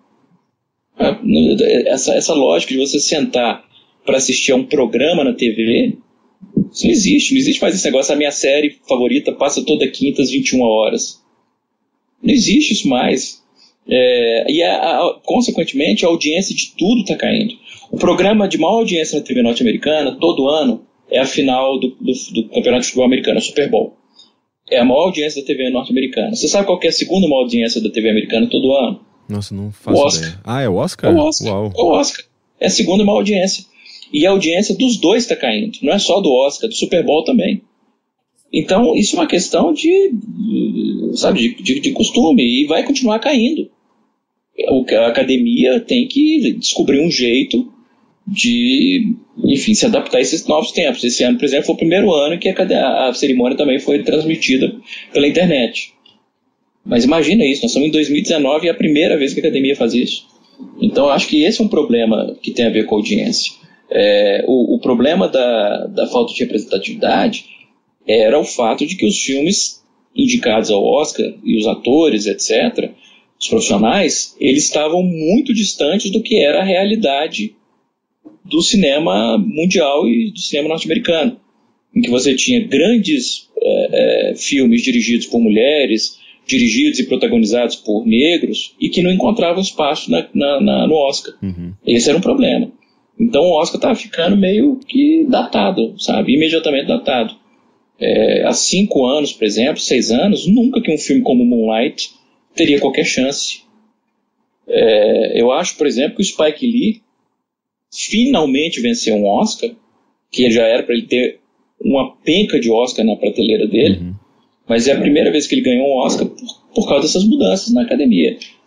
É, essa, essa lógica de você sentar para assistir a um programa na T V, isso não existe. Não existe mais esse negócio. A minha série favorita passa toda quinta às vinte e uma horas. Não existe isso mais. É, e, a, a, consequentemente, a audiência de tudo está caindo. O programa de maior audiência na T V norte-americana, todo ano, é a final do, do, do Campeonato de Futebol Americano, a Super Bowl. É a maior audiência da T V norte-americana. Você sabe qual que é a segunda maior audiência da T V americana todo ano? Nossa, não faço o Oscar. ideia. Ah, é o Oscar? É o Oscar. Uau. É o Oscar. É a segunda maior audiência. E a audiência dos dois está caindo. Não é só do Oscar, do Super Bowl também. Então, isso é uma questão de, sabe, de, de, de costume. E vai continuar caindo. A academia tem que descobrir um jeito de, enfim, se adaptar a esses novos tempos. Esse ano, por exemplo, foi o primeiro ano que a, a cerimônia também foi transmitida pela internet. Mas imagina isso, nós estamos em dois mil e dezenove e é a primeira vez que a academia faz isso. Então eu acho que esse é um problema que tem a ver com a audiência. É, o, o problema da, da falta de representatividade era o fato de que os filmes indicados ao Oscar e os atores, etcétera, os profissionais, eles estavam muito distantes do que era a realidade do cinema mundial e do cinema norte-americano, em que você tinha grandes é, é, filmes dirigidos por mulheres, dirigidos e protagonizados por negros, e que não encontravam espaço na, na, na, no Oscar. Uhum. Esse era um problema. Então o Oscar estava ficando meio que datado, sabe? Imediatamente datado. É, há cinco anos, por exemplo, seis anos, nunca que um filme como Moonlight teria qualquer chance. É, eu acho, por exemplo, que o Spike Lee finalmente venceu um Oscar, que já era para ele ter uma penca de Oscar na prateleira dele, uhum. Mas é a primeira vez que ele ganhou um Oscar por, por causa dessas mudanças na academia.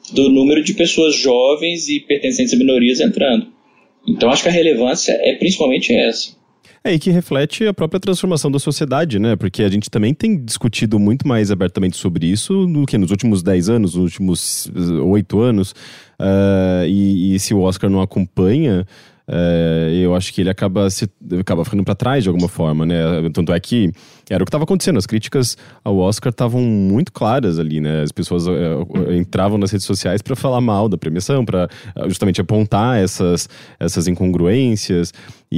do número de pessoas jovens e pertencentes a minorias entrando. Então acho que a relevância é principalmente essa. É, e que reflete a própria transformação da sociedade, né? Porque a gente também tem discutido muito mais abertamente sobre isso do que nos últimos dez anos, nos últimos oito anos. Uh, e, e se o Oscar não acompanha, uh, eu acho que ele acaba, se, acaba ficando para trás de alguma forma, né? Tanto é que era o que estava acontecendo. As críticas ao Oscar estavam muito claras ali, né? As pessoas uh, entravam nas redes sociais para falar mal da premiação, para uh, justamente apontar essas, essas incongruências.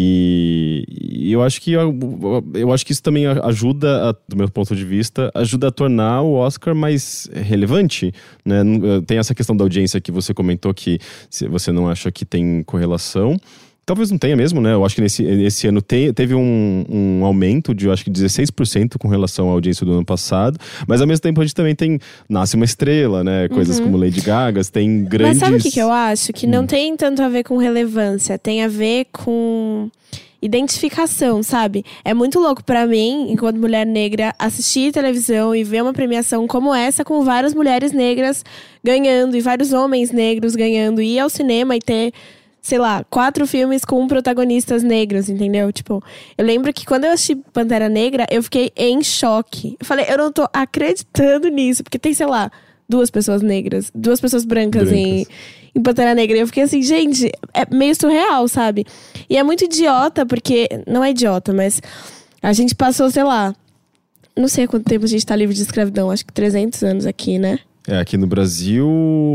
E, e eu acho que eu, eu acho que isso também ajuda, a, do meu ponto de vista, ajuda a tornar o Oscar mais relevante, né? Tem essa questão da audiência que você comentou, que você não acha que tem correlação. Talvez não tenha mesmo, né? Eu acho que nesse, nesse ano te, teve um, um aumento de, eu acho que dezesseis por cento com relação à audiência do ano passado. Mas ao mesmo tempo a gente também tem Nasce uma Estrela, né? Coisas uhum. como Lady Gaga, tem grandes... Mas sabe o que, que eu acho? Que não hum. tem tanto a ver com relevância. Tem a ver com identificação, sabe? É muito louco pra mim, enquanto mulher negra, assistir televisão e ver uma premiação como essa, com várias mulheres negras ganhando e vários homens negros ganhando. E ir ao cinema e ter... sei lá, quatro filmes com protagonistas negros, entendeu? Tipo, eu lembro que quando eu assisti Pantera Negra, eu fiquei em choque. Eu falei, eu não tô acreditando nisso, porque tem, sei lá, duas pessoas negras, duas pessoas brancas, brancas. Em, em Pantera Negra. E eu fiquei assim, gente, é meio surreal, sabe? E é muito idiota, porque... não é idiota, mas a gente passou, sei lá, não sei há quanto tempo a gente tá livre de escravidão, acho que trezentos anos aqui, né? É, aqui no Brasil,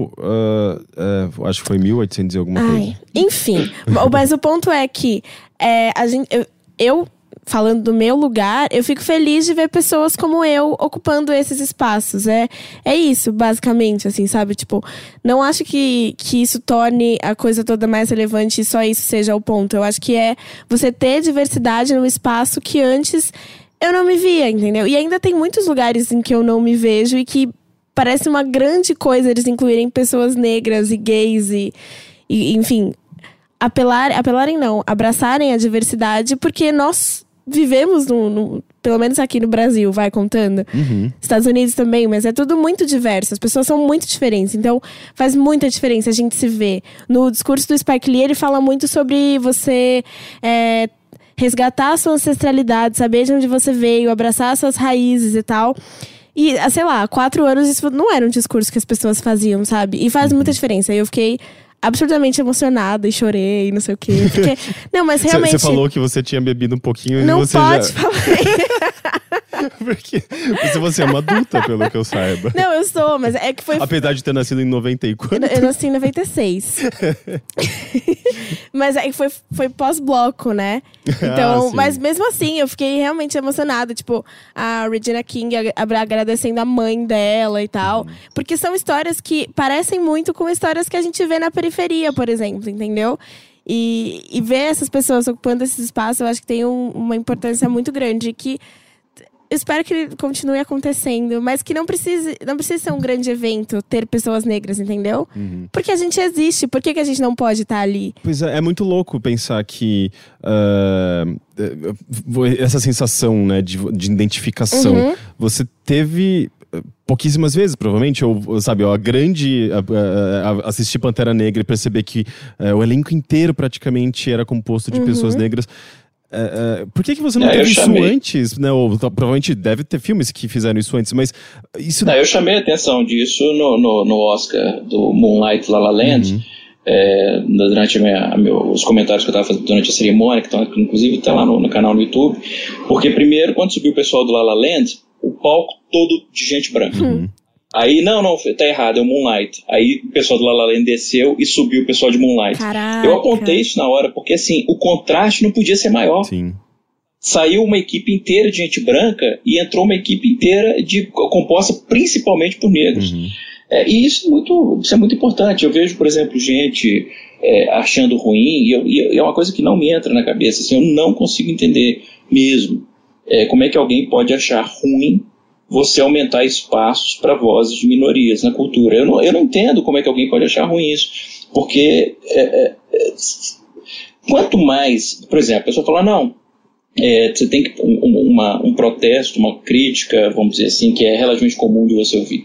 uh, uh, acho que foi mil e oitocentos e alguma coisa. Ai, enfim, mas o ponto é que é, a gente, eu, eu, falando do meu lugar, eu fico feliz de ver pessoas como eu ocupando esses espaços. É, é isso, basicamente, assim, sabe? Tipo, não acho que, que isso torne a coisa toda mais relevante e só isso seja o ponto. Eu acho que é você ter diversidade num espaço que antes eu não me via, entendeu? E ainda tem muitos lugares em que eu não me vejo e que parece uma grande coisa eles incluírem pessoas negras e gays e, e enfim, apelar, apelarem não, abraçarem a diversidade, porque nós vivemos, no, no, pelo menos aqui no Brasil, vai contando. Uhum. Estados Unidos também, mas é tudo muito diverso, as pessoas são muito diferentes, então faz muita diferença a gente se ver. No discurso do Spike Lee, ele fala muito sobre você... É, resgatar a sua ancestralidade, saber de onde você veio, abraçar as suas raízes e tal. E, sei lá, há quatro anos isso não era um discurso que as pessoas faziam, sabe? E faz muita diferença. Eu fiquei absurdamente emocionada e chorei, não sei o quê. Porque... não, mas realmente... Você falou que você tinha bebido um pouquinho não e você pode já... falar. Porque você é uma adulta, pelo que eu saiba. Não, eu sou, mas é que foi... Apesar de ter nascido em noventa e quanto? Eu, eu nasci em noventa e seis. Mas é que foi, foi pós-bloco, né? Então, ah, mas mesmo assim, eu fiquei realmente emocionada. Tipo, a Regina King agradecendo a mãe dela e tal. Uhum. Porque são histórias que parecem muito com histórias que a gente vê na periferia, por exemplo, entendeu? E, e ver essas pessoas ocupando esses espaços, eu acho que tem um, uma importância muito grande. Que eu espero que ele continue acontecendo, mas que não precise, não precisa ser um grande evento ter pessoas negras, entendeu? Uhum. Porque a gente existe, por que, que a gente não pode estar ali? Pois é, é muito louco pensar que uh, essa sensação, né, de, de identificação, uhum. você teve pouquíssimas vezes, provavelmente, ou sabe, ó, a grande a, a, a assistir Pantera Negra e perceber que uh, o elenco inteiro praticamente era composto de uhum. pessoas negras. Uh, uh, por que, que você não é, teve isso chamei... antes? Né? Ou, provavelmente deve ter filmes que fizeram isso antes, mas isso... Não, eu chamei a atenção disso no, no, no Oscar do Moonlight La La Land, uhum. é, durante a minha, a meu, os comentários que eu estava fazendo durante a cerimônia, que, tão, que inclusive está lá no, no canal no YouTube, porque primeiro, quando subiu o pessoal do La La Land, o palco todo de gente branca. Uhum. Aí, não, não, tá errado, é o Moonlight. Aí o pessoal do La La Land desceu e subiu o pessoal de Moonlight. Caraca. Eu apontei isso na hora, porque assim, o contraste não podia ser maior. Sim. Saiu uma equipe inteira de gente branca e entrou uma equipe inteira de, composta principalmente por negros. Uhum. É, e isso é, muito, isso é muito importante. Eu vejo, por exemplo, gente é, achando ruim, e, eu, e é uma coisa que não me entra na cabeça, assim, eu não consigo entender mesmo é, como é que alguém pode achar ruim você aumentar espaços para vozes de minorias na cultura. Eu não, eu não entendo como é que alguém pode achar ruim isso, porque é, é, é, quanto mais, por exemplo, a pessoa fala, não, é, você tem que, um, uma, um protesto, uma crítica, vamos dizer assim, que é relativamente comum de você ouvir.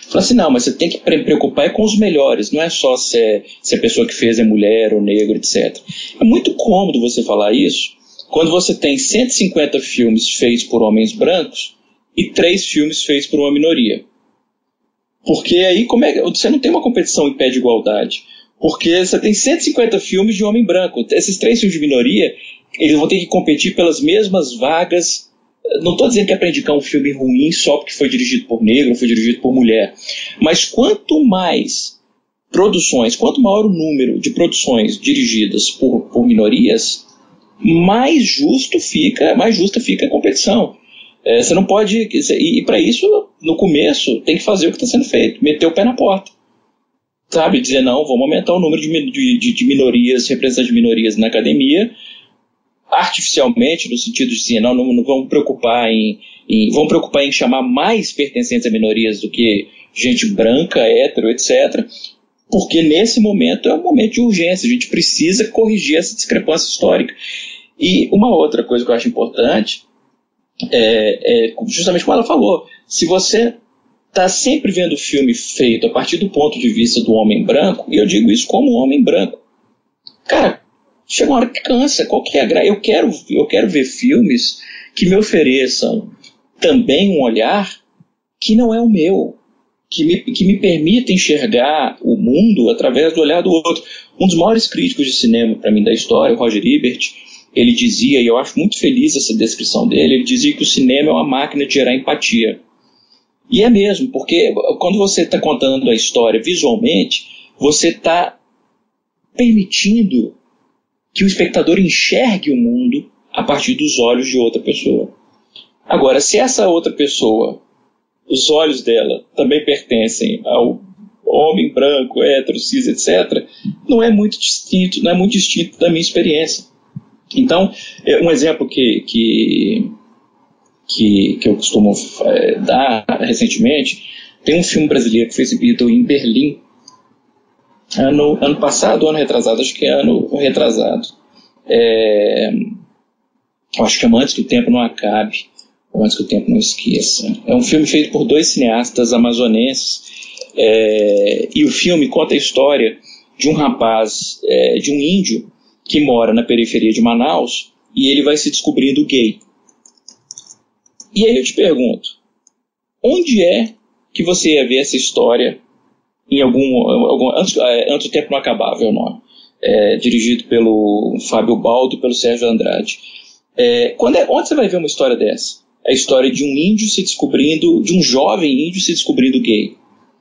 Fala assim, não, mas você tem que pre- preocupar é com os melhores, não é só se, é, se a pessoa que fez é mulher ou negro, etcétera. É muito cômodo você falar isso quando você tem cento e cinquenta filmes feitos por homens brancos e três filmes feitos por uma minoria. Porque aí como é, você não tem uma competição em pé de igualdade. Porque você tem cento e cinquenta filmes de homem branco. Esses três filmes de minoria, eles vão ter que competir pelas mesmas vagas. Não estou dizendo que é para indicar um filme ruim só porque foi dirigido por negro, foi dirigido por mulher. Mas quanto mais produções, quanto maior o número de produções dirigidas por, por minorias, mais justo fica, mais justa fica a competição. É, você não pode... E, e para isso, no começo, tem que fazer o que está sendo feito. Meter o pé na porta. Sabe? Dizer, não, vamos aumentar o número de, de, de minorias, representantes de minorias na academia, artificialmente, no sentido de assim, não, não, não vamos preocupar em, em... Vamos preocupar em chamar mais pertencentes a minorias do que gente branca, hétero, etcétera. Porque nesse momento é um momento de urgência. A gente precisa corrigir essa discrepância histórica. E uma outra coisa que eu acho importante é, é justamente como ela falou, se você está sempre vendo filme feito a partir do ponto de vista do homem branco, e eu digo isso como homem branco, cara, chega uma hora que cansa. Qual que é a gra... eu, quero, eu quero ver filmes que me ofereçam também um olhar que não é o meu, que me, que me permita enxergar o mundo através do olhar do outro. Um dos maiores críticos de cinema, para mim, da história, o Roger Ebert, ele dizia, e eu acho muito feliz essa descrição dele, ele dizia que o cinema é uma máquina de gerar empatia. E é mesmo, porque quando você está contando a história visualmente, você está permitindo que o espectador enxergue o mundo a partir dos olhos de outra pessoa. Agora, se essa outra pessoa, os olhos dela também pertencem ao homem branco, hétero, cis, etcétera, não é muito distinto, não é muito distinto da minha experiência. Então, um exemplo que, que, que, que eu costumo é, dar recentemente, tem um filme brasileiro que foi exibido em Berlim, ano, ano passado, ano retrasado, acho que é ano retrasado. É, acho que é Antes que o Tempo Não Acabe, ou Antes que o Tempo Não Esqueça. É um filme feito por dois cineastas amazonenses, é, e o filme conta a história de um rapaz, é, de um índio, que mora na periferia de Manaus, e ele vai se descobrindo gay. E aí eu te pergunto, onde é que você ia ver essa história em algum... algum antes, antes do Tempo Não Acabava é o nome. É, dirigido pelo Fábio Baldo e pelo Sérgio Andrade. É, quando é, onde você vai ver uma história dessa? A história de um índio se descobrindo, de um jovem índio se descobrindo gay.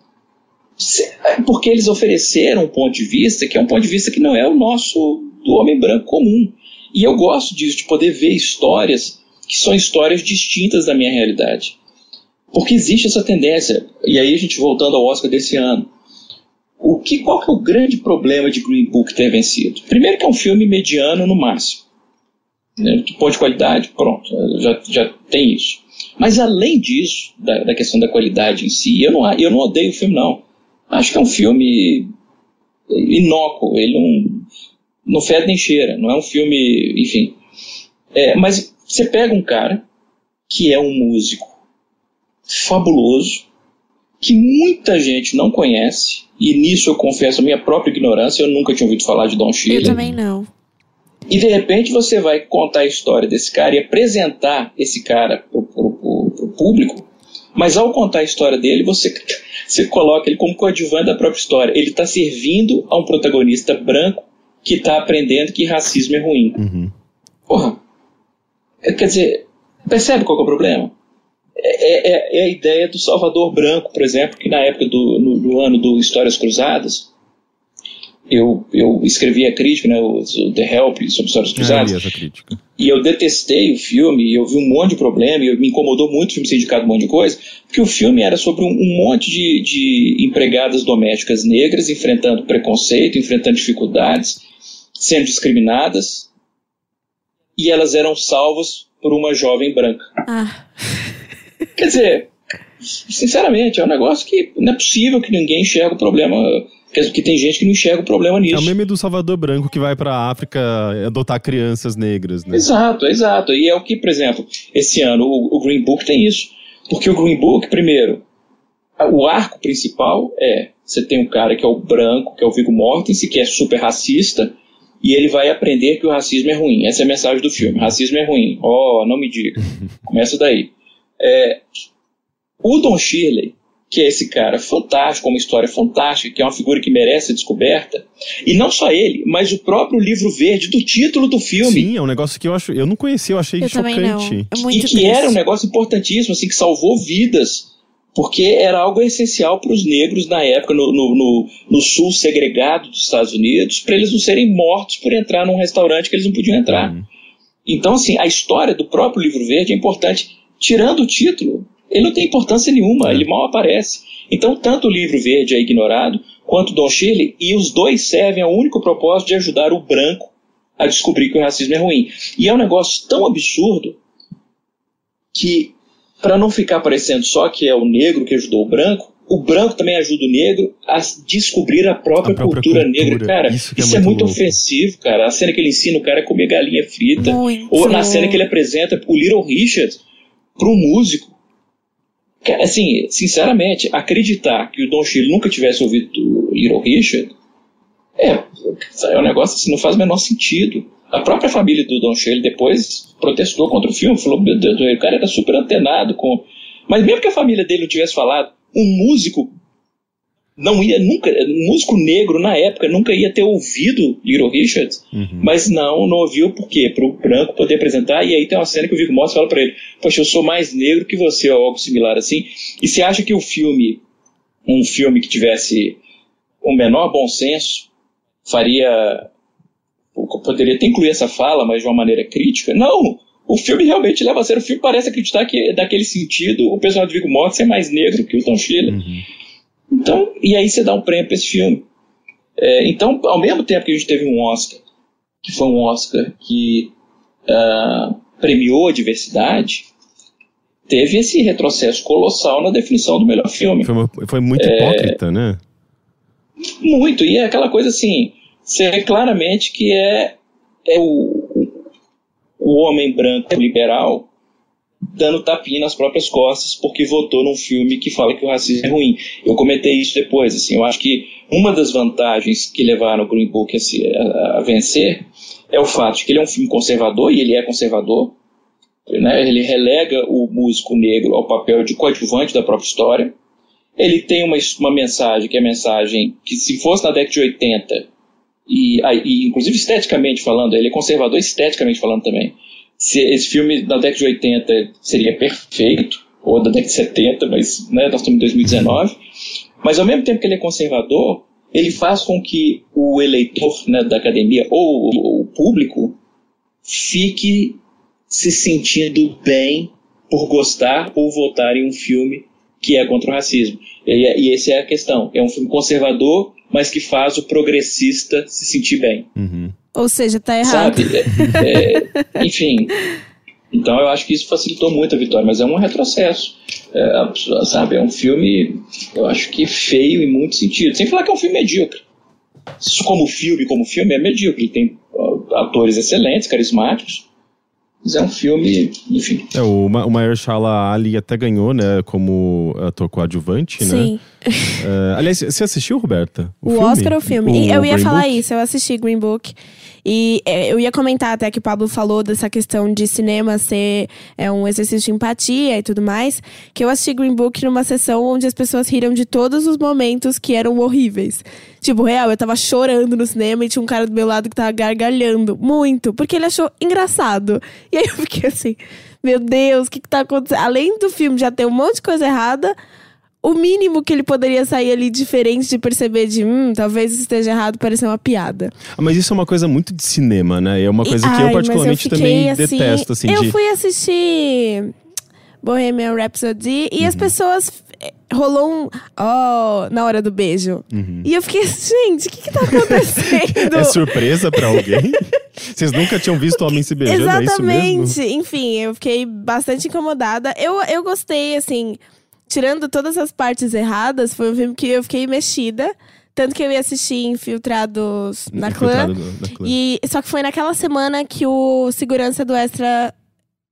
Porque eles ofereceram um ponto de vista que é um ponto de vista que não é o nosso, do homem branco comum. E eu gosto disso, de poder ver histórias que são histórias distintas da minha realidade. Porque existe essa tendência, e aí a gente voltando ao Oscar desse ano, o que, qual que é o grande problema de Green Book ter vencido? Primeiro que é um filme mediano no máximo, né, que pode qualidade, pronto, já, já tem isso. Mas além disso, da, da questão da qualidade em si, eu não, eu não odeio o filme não. Acho que é um filme inócuo, ele não, não fede nem cheira, não é um filme, enfim. É, mas você pega um cara que é um músico fabuloso, que muita gente não conhece, e nisso eu confesso a minha própria ignorância, eu nunca tinha ouvido falar de Don Cheadle. Eu também não. E de repente você vai contar a história desse cara e apresentar esse cara pro, pro, pro, pro público, mas ao contar a história dele, você, você coloca ele como coadjuvante da própria história. Ele está servindo a um protagonista branco que está aprendendo que racismo é ruim. Uhum. Porra, quer dizer, percebe qual que é o problema? É, é, é a ideia do Salvador Branco, por exemplo, que na época do no, do ano do Histórias Cruzadas, eu, eu escrevi a crítica, né, o, o The Help, sobre Histórias Cruzadas, eu li essa crítica. E eu detestei o filme, e eu vi um monte de problema, e me incomodou muito o filme ser indicado um monte de coisa, porque o filme era sobre um, um monte de, de empregadas domésticas negras enfrentando preconceito, enfrentando dificuldades, sendo discriminadas, e elas eram salvas por uma jovem branca. Ah. Quer dizer, sinceramente, é um negócio que não é possível que ninguém enxergue o problema, que tem gente que não enxerga o problema nisso. É o meme do Salvador Branco que vai pra África adotar crianças negras, né? Exato, exato. E é o que, por exemplo, esse ano o, o Green Book tem isso. Porque o Green Book, primeiro, o arco principal é, você tem um cara que é o branco, que é o Viggo Mortensen, que é super racista, e ele vai aprender que o racismo é ruim. Essa é a mensagem do filme. Racismo é ruim. Oh, não me diga. Começa daí. É, o Don Shirley, que é esse cara fantástico, uma história fantástica, que é uma figura que merece ser descoberta, e não só ele, mas o próprio livro verde do título do filme. Sim, é um negócio que eu acho, eu não conhecia, eu achei eu chocante. É muito e que triste. era um negócio importantíssimo, assim, que salvou vidas, porque era algo essencial para os negros na época, no, no, no, no sul segregado dos Estados Unidos, para eles não serem mortos por entrar num restaurante que eles não podiam entrar. Uhum. Então, assim, a história do próprio livro verde é importante, tirando o título. Ele não tem importância nenhuma, ele mal aparece. Então, tanto o livro verde é ignorado, quanto Don Shirley, e os dois servem ao único propósito de ajudar o branco a descobrir que o racismo é ruim. E é um negócio tão absurdo que, para não ficar parecendo só que é o negro que ajudou o branco, o branco também ajuda o negro a descobrir a própria, a própria cultura, cultura negra. Cara, isso, isso é, é muito, muito ofensivo, cara. A cena que ele ensina o cara a comer galinha frita, muito. Ou na cena que ele apresenta o Little Richard para um músico. Assim, sinceramente, acreditar que o Don Shirley nunca tivesse ouvido o Little Richard é, é um negócio assim, não faz o menor sentido. A própria família do Don Shirley depois protestou contra o filme, falou, meu Deus, o cara era super antenado com... Mas mesmo que a família dele não tivesse falado, um músico não ia nunca, um músico negro na época nunca ia ter ouvido Little Richard, uhum. Mas não, não ouviu por quê? Para o branco poder apresentar, e aí tem uma cena que o Viggo Mortensen fala para ele, poxa, eu sou mais negro que você, ou algo similar assim, e você acha que o filme, um filme que tivesse o menor bom senso, faria... poderia até incluir essa fala, mas de uma maneira crítica? Não! O filme realmente leva a sério. O filme parece acreditar que, daquele sentido, o personagem do Viggo Mortensen é mais negro que o Don Shirley. Uhum. Então, e aí você dá um prêmio para esse filme. É, então, ao mesmo tempo que a gente teve um Oscar, que foi um Oscar que uh, premiou a diversidade, teve esse retrocesso colossal na definição do melhor filme. Foi, uma, foi muito é, hipócrita, né? Muito, e é aquela coisa assim... Você vê claramente que é, é o, o homem branco liberal dando tapinha nas próprias costas porque votou num filme que fala que o racismo é ruim. Eu comentei isso depois. Assim, eu acho que uma das vantagens que levaram o Green Book a, a, a vencer é o fato de que ele é um filme conservador, e ele é conservador. Né? Ele relega o músico negro ao papel de coadjuvante da própria história. Ele tem uma, uma mensagem que é a mensagem que, se fosse na década de oitenta... E, e inclusive esteticamente falando, ele é conservador esteticamente falando também. Se esse filme da década de oitenta seria perfeito, ou da década de setenta, mas né, nós estamos em dois mil e dezenove, mas ao mesmo tempo que ele é conservador, ele faz com que o eleitor, né, da academia, ou o, o público, fique se sentindo bem por gostar ou votar em um filme que é contra o racismo. E, e essa é a questão. É um filme conservador, mas que faz o progressista se sentir bem. Uhum. Ou seja, tá errado. Sabe? É, é, enfim. Então eu acho que isso facilitou muito a vitória, mas é um retrocesso. É, sabe? É um filme, eu acho que feio em muitos sentidos. Sem falar que é um filme medíocre. Como filme, como filme, é medíocre. Ele tem atores excelentes, carismáticos. Mas é um filme, enfim. É, o, o Mahershala Ali até ganhou, né, como ator coadjuvante, né? Sim. Uh, aliás, você assistiu, Roberta? O, o Oscar ou o filme? O, eu ia Green falar Book? Isso, eu assisti Green Book. E eu ia comentar até que o Pablo falou dessa questão de cinema ser é, um exercício de empatia e tudo mais. Que eu assisti Green Book numa sessão onde as pessoas riram de todos os momentos que eram horríveis. Tipo, real, eu tava chorando no cinema e tinha um cara do meu lado que tava gargalhando muito, porque ele achou engraçado. E aí eu fiquei assim, meu Deus, o que que tá acontecendo? Além do filme já ter um monte de coisa errada, o mínimo que ele poderia sair ali diferente de perceber de, hum, talvez isso esteja errado, parecer uma piada. Ah, mas isso é uma coisa muito de cinema, né? É uma coisa e, que ai, eu particularmente eu também assim, detesto, assim. Eu de... fui assistir Bohemian Rhapsody e uhum. as pessoas... Rolou um... Oh, na hora do beijo. Uhum. E eu fiquei assim, gente, o que que tá acontecendo? É surpresa pra alguém? Vocês nunca tinham visto homem se beijando, exatamente. É isso mesmo? Enfim, eu fiquei bastante incomodada. Eu, eu gostei, assim... Tirando todas as partes erradas, foi um filme que eu fiquei mexida. Tanto que eu ia assistir Infiltrados na Clã. E, só que foi naquela semana que o segurança do Extra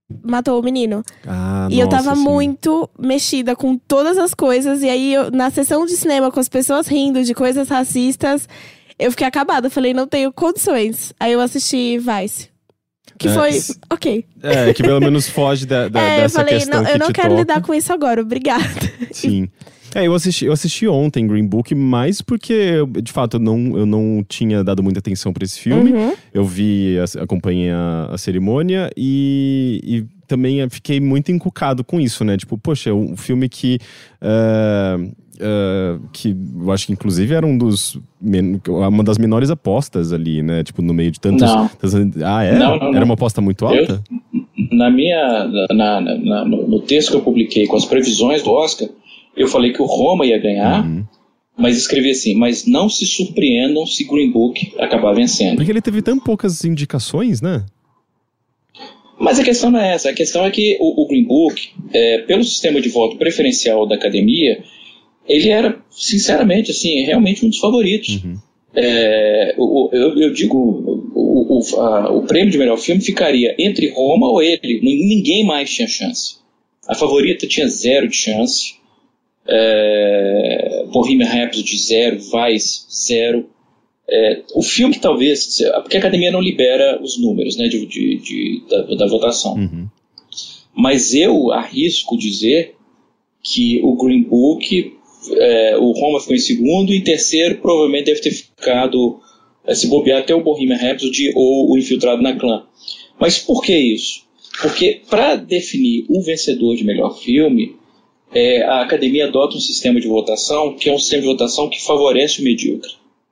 matou o menino. Ah, e nossa, eu tava sim. muito mexida com todas as coisas. E aí, eu, na sessão de cinema, com as pessoas rindo de coisas racistas, eu fiquei acabada. Eu falei, não tenho condições. Aí eu assisti Vice. Que É, foi, s- ok. É, que pelo menos foge da, da- é, eu dessa falei, questão não, que eu não te quero toca. lidar com isso agora, obrigada. Sim. É, eu assisti, eu assisti ontem Green Book, mais porque, eu, de fato, eu não, eu não tinha dado muita atenção pra esse filme. Uhum. Eu vi, a- acompanhei a, a cerimônia e, e também eu fiquei muito encucado com isso, né? Tipo, poxa, um filme que... ah, ah, que eu acho que inclusive era um dos men- uma das menores apostas ali, né? Tipo, no meio de tantos... Não. tantos- ah, é? Não, não, Era não. uma aposta muito Eu- alta? Na minha, na, na- na- no no texto que eu publiquei com as previsões do Oscar, eu falei que o Roma ia ganhar, Uhum. mas escrevi assim, mas não se surpreendam se Green Book acabar vencendo. Porque ele teve tão poucas indicações, né? Mas a questão não é essa, a questão é que o, o Green Book, é, pelo sistema de voto preferencial da academia, ele era, sinceramente, assim, realmente um dos favoritos. Uhum. É, o- o- eu, eu digo, o, o, a- o prêmio de melhor filme ficaria entre Roma ou ele, ninguém mais tinha chance. A favorita tinha zero de chance, é, Bohemian Rhapsody zero, Vice zero. É, o filme que talvez, porque a academia não libera os números, né, de, de, de- da, da votação, Uhum. mas eu arrisco dizer que o Green Book, é, o Roma ficou em segundo, e em terceiro provavelmente deve ter ficado, é, se bobear, até o Bohemian Rhapsody ou o Infiltrado na Clã. Mas por que isso? Porque para definir o vencedor de melhor filme, é, a academia adota um sistema de votação que é um sistema de votação que favorece o medíocre.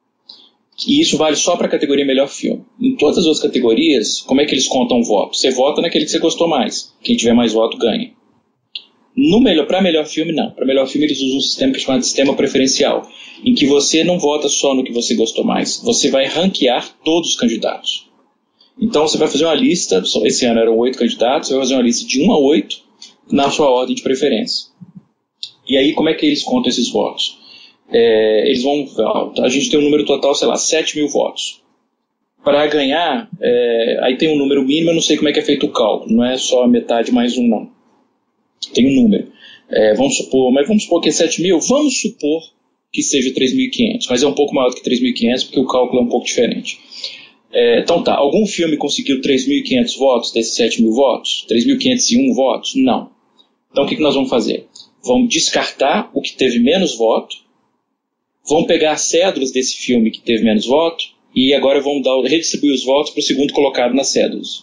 E isso vale só para a categoria melhor filme. Em todas as outras categorias, como é que eles contam o voto? Você vota naquele que você gostou mais. Quem tiver mais voto ganha. No melhor, para melhor filme, não. Para melhor filme, eles usam um sistema que é chamado de sistema preferencial, em que você não vota só no que você gostou mais. Você vai ranquear todos os candidatos. Então, você vai fazer uma lista. Esse ano eram oito candidatos. Você vai fazer uma lista de um a oito na sua ordem de preferência. E aí, como é que eles contam esses votos? É, eles vão, a gente tem um número total, sei lá, sete mil votos. Para ganhar, é, aí tem um número mínimo, eu não sei como é que é feito o cálculo, não é só metade mais um, não. Tem um número. É, vamos supor, mas vamos supor que é sete mil, vamos supor que seja três mil e quinhentos, mas é um pouco maior do que três mil e quinhentos, porque o cálculo é um pouco diferente. É, então tá, algum filme conseguiu três mil e quinhentos votos desses sete mil votos? três mil quinhentos e um votos? Não. Então o que, que nós vamos fazer? Vamos descartar o que teve menos voto. Vamos pegar as cédulas desse filme que teve menos voto e agora vamos dar, redistribuir os votos para o segundo colocado nas cédulas.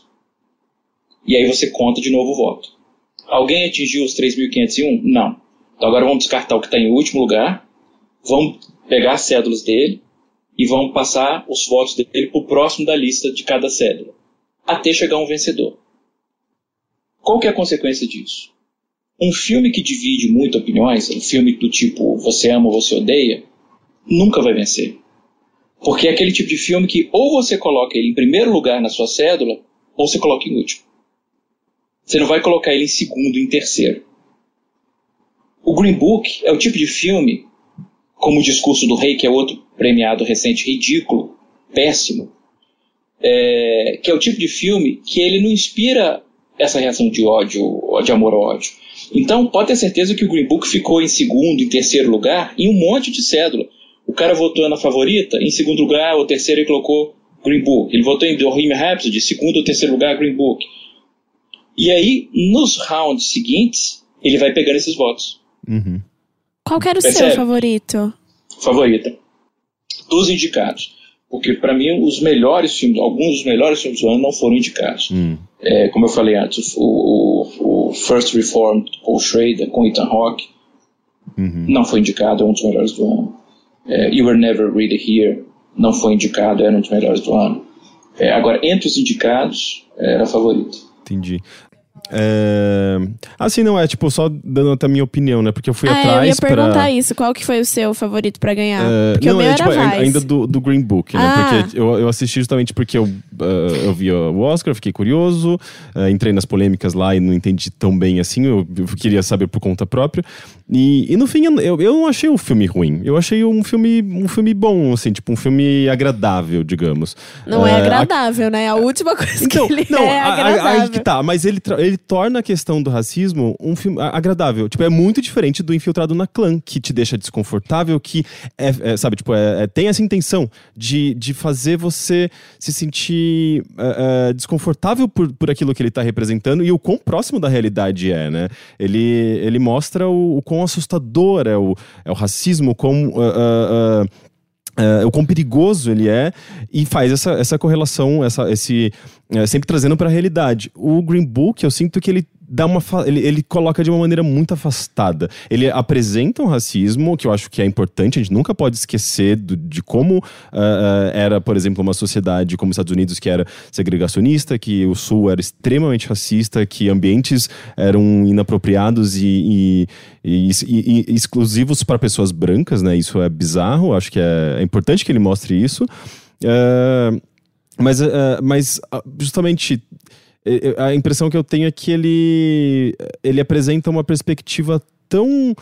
E aí você conta de novo o voto. Alguém atingiu os três mil quinhentos e um? Não. Então agora vamos descartar o que está em último lugar, vamos pegar as cédulas dele e vamos passar os votos dele para o próximo da lista de cada cédula, até chegar um vencedor. Qual que é a consequência disso? Um filme que divide muito opiniões, um filme do tipo você ama ou você odeia, nunca vai vencer. Porque é aquele tipo de filme que ou você coloca ele em primeiro lugar na sua cédula, ou você coloca em último. Você não vai colocar ele em segundo, em terceiro. O Green Book é o tipo de filme, como o Discurso do Rei, que é outro premiado recente, ridículo, péssimo, é, que é o tipo de filme que ele não inspira essa reação de ódio, de amor ao ódio. Então, pode ter certeza que o Green Book ficou em segundo, em terceiro lugar, em um monte de cédula. O cara votou na favorita, em segundo lugar, ou terceiro ele colocou Green Book. Ele votou em Bohemian Rhapsody, segundo ou terceiro lugar, Green Book. E aí, nos rounds seguintes, ele vai pegando esses votos. Uhum. Qual que era o Percebe? seu favorito? Favorita. Dos indicados. Porque, para mim, os melhores filmes, alguns dos melhores filmes do ano não foram indicados. Hum. É, como eu falei antes, o, o, o First Reform, Paul Schrader, com Ethan Hawke, Uhum. não foi indicado, é um dos melhores do ano. É, You Were Never Really Here, não foi indicado, era um dos melhores do ano. É, agora, entre os indicados, era a favorita. Entendi. É... Assim, não, é tipo, só dando até a minha opinião, né? Porque eu fui ah, atrás eu ia perguntar pra... isso. Qual que foi o seu favorito pra ganhar? É, Porque não, o meu é, era tipo, Vice. ainda do, do Green Book, né? Ah. Porque eu, eu assisti justamente porque eu uh, eu vi o Oscar, fiquei curioso, uh, entrei nas polêmicas lá e não entendi tão bem assim, eu, eu queria saber por conta própria. E, e no fim, eu, eu não achei o filme ruim. Eu achei um filme, um filme bom, assim, tipo, um filme agradável, digamos. Não uh, é agradável, a... né? A última coisa então, que ele não, é agradável. Aí que tá, mas ele, ele torna a questão do racismo um filme agradável. Tipo, é muito diferente do Infiltrado na Clã, que te deixa desconfortável, que, é, é, sabe, tipo, é, é, tem essa intenção de, de fazer você se sentir é, é, desconfortável por, por aquilo que ele tá representando e o quão próximo da realidade é, né? Ele, ele mostra o, o quão assustador é o, é o racismo, o quão... Uh, uh, uh, Uh, o quão perigoso ele é e faz essa, essa correlação, essa, esse, uh, sempre trazendo para a realidade. O Green Book, eu sinto que ele dá uma ele, ele coloca de uma maneira muito afastada. Ele apresenta um racismo que eu acho que é importante, a gente nunca pode esquecer do, de como uh, uh, era, por exemplo, uma sociedade como os Estados Unidos, que era segregacionista, que o Sul era extremamente racista, que ambientes eram inapropriados e, e, e, e, e exclusivos para pessoas brancas, né? Isso é bizarro, acho que é, é importante que ele mostre isso. Uh, mas, uh, mas justamente... a impressão que eu tenho é que ele, ele apresenta uma perspectiva tão...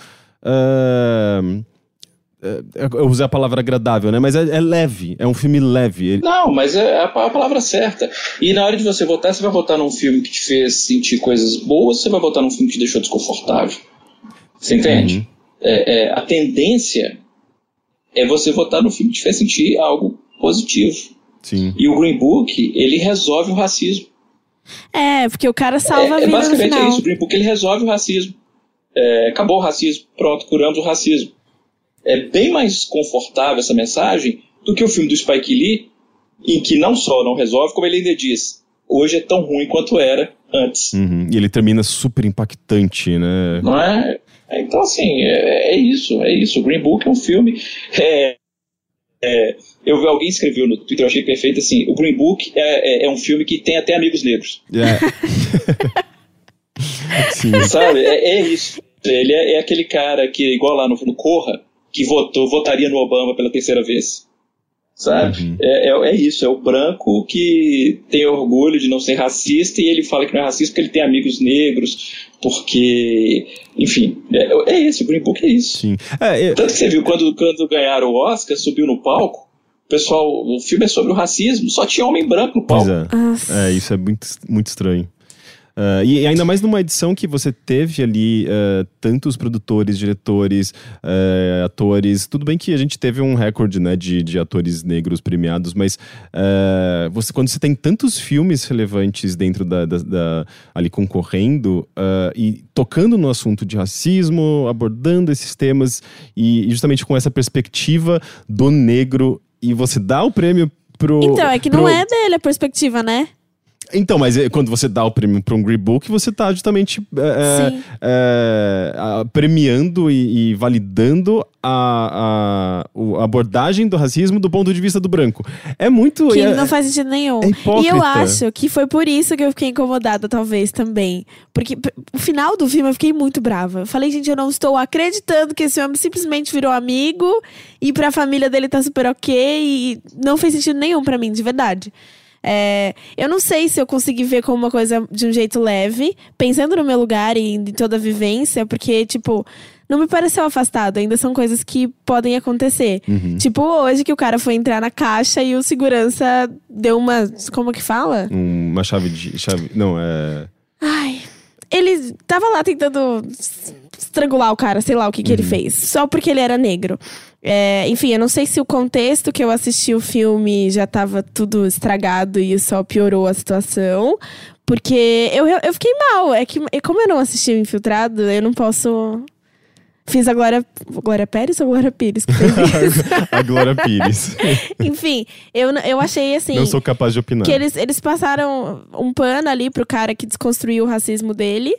Uh, eu usei a palavra agradável, né? Mas é, é leve, é um filme leve. Não, mas é a, a palavra certa. E na hora de você votar, você vai votar num filme que te fez sentir coisas boas, ou você vai votar num filme que te deixou desconfortável? Você entende? Uhum. É, é, a tendência é você votar no filme que te fez sentir algo positivo. Sim. E o Green Book, ele resolve o racismo. É, porque o cara salva é, a vida basicamente no final. É isso, o Green Book ele resolve o racismo. É, acabou o racismo, pronto, curamos o racismo. É bem mais confortável essa mensagem do que o filme do Spike Lee, em que não só não resolve, como ele ainda diz, hoje é tão ruim quanto era antes. Uhum. E ele termina super impactante, né? Não é? Então, assim, é, é isso, é isso. O Green Book é um filme... É, é, eu vi alguém escreveu no Twitter, eu achei perfeito, assim, o Green Book é, é, é um filme que tem até amigos negros. Yeah. Sim. Sabe? É, é isso. Ele é, é aquele cara que, igual lá no, no Corra, que votou, votaria no Obama pela terceira vez. Sabe? Uhum. É, é, é isso, é o branco que tem orgulho de não ser racista e ele fala que não é racista porque ele tem amigos negros, porque... Enfim, é, é isso, o Green Book é isso. Sim. É, é... Tanto que você viu, quando, quando ganharam o Oscar, subiu no palco, o pessoal, o filme é sobre o racismo, só tinha homem branco no palco. Pois é, é isso é muito, muito estranho. Uh, e ainda mais numa edição que você teve ali uh, tantos produtores, diretores, uh, atores. Tudo bem que a gente teve um recorde, né, de, de atores negros premiados, mas uh, você, quando você tem tantos filmes relevantes dentro da, da, da ali concorrendo uh, e tocando no assunto de racismo, abordando esses temas e, e justamente com essa perspectiva do negro, e você dá o prêmio pro... Então, é que pro... não é dele a perspectiva, né? Então, mas quando você dá o prêmio para um Green Book, você está justamente é, é, premiando e, e validando a, a, a abordagem do racismo do ponto de vista do branco. É muito... Que é, não faz sentido nenhum. É hipócrita. E eu acho que foi por isso que eu fiquei incomodada, talvez, também. Porque o final do filme eu fiquei muito brava. Eu falei, gente, eu não estou acreditando que esse homem simplesmente virou amigo e pra família dele tá super ok e não fez sentido nenhum pra mim, de verdade. É, eu não sei se eu consegui ver como uma coisa de um jeito leve, pensando no meu lugar e em toda a vivência, porque, tipo, não me pareceu afastado. Ainda são coisas que podem acontecer. Uhum. Tipo, hoje que o cara foi entrar na caixa e o segurança deu uma... Como que fala? Uma chave de... Chave, não, é... Ai... Ele tava lá tentando estrangular o cara, sei lá o que, que uhum. ele fez. Só porque ele era negro. É, enfim, eu não sei se o contexto que eu assisti o filme já tava tudo estragado e só piorou a situação. Porque eu, eu fiquei mal. É que como eu não assisti o Infiltrado, eu não posso... Fiz a Glória... Glória Pérez ou Glória Pires que fez isso? A Glória Pires. Enfim, eu, eu achei assim... Não sou capaz de opinar. Que eles, eles passaram um pano ali pro cara que desconstruiu o racismo dele.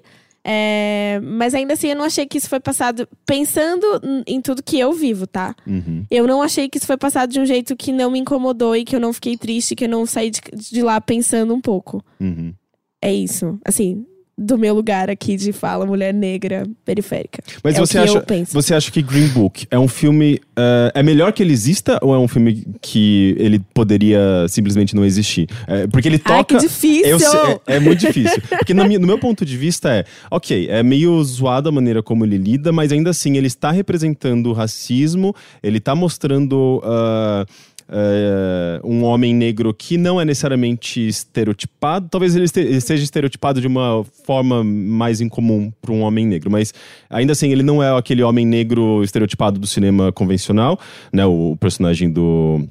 É, mas ainda assim, eu não achei que isso foi passado pensando em tudo que eu vivo, tá? Uhum. Eu não achei que isso foi passado de um jeito que não me incomodou e que eu não fiquei triste, que eu não saí de, de lá pensando um pouco. Uhum. É isso. Assim... do meu lugar aqui de fala, mulher negra periférica. Mas é você, o que acha, eu penso. você acha que Green Book é um filme... Uh, é melhor que ele exista ou é um filme que ele poderia simplesmente não existir? É, porque ele toca... Ai, que difícil! Eu sei, é, é muito difícil. Porque no, no meu ponto de vista é... Ok, é meio zoado a maneira como ele lida, mas ainda assim ele está representando o racismo, ele está mostrando... Uh, Uh, um homem negro que não é necessariamente estereotipado. Talvez ele, este, ele seja estereotipado de uma forma mais incomum para um homem negro, mas ainda assim ele não é aquele homem negro estereotipado do cinema convencional, né? O personagem do...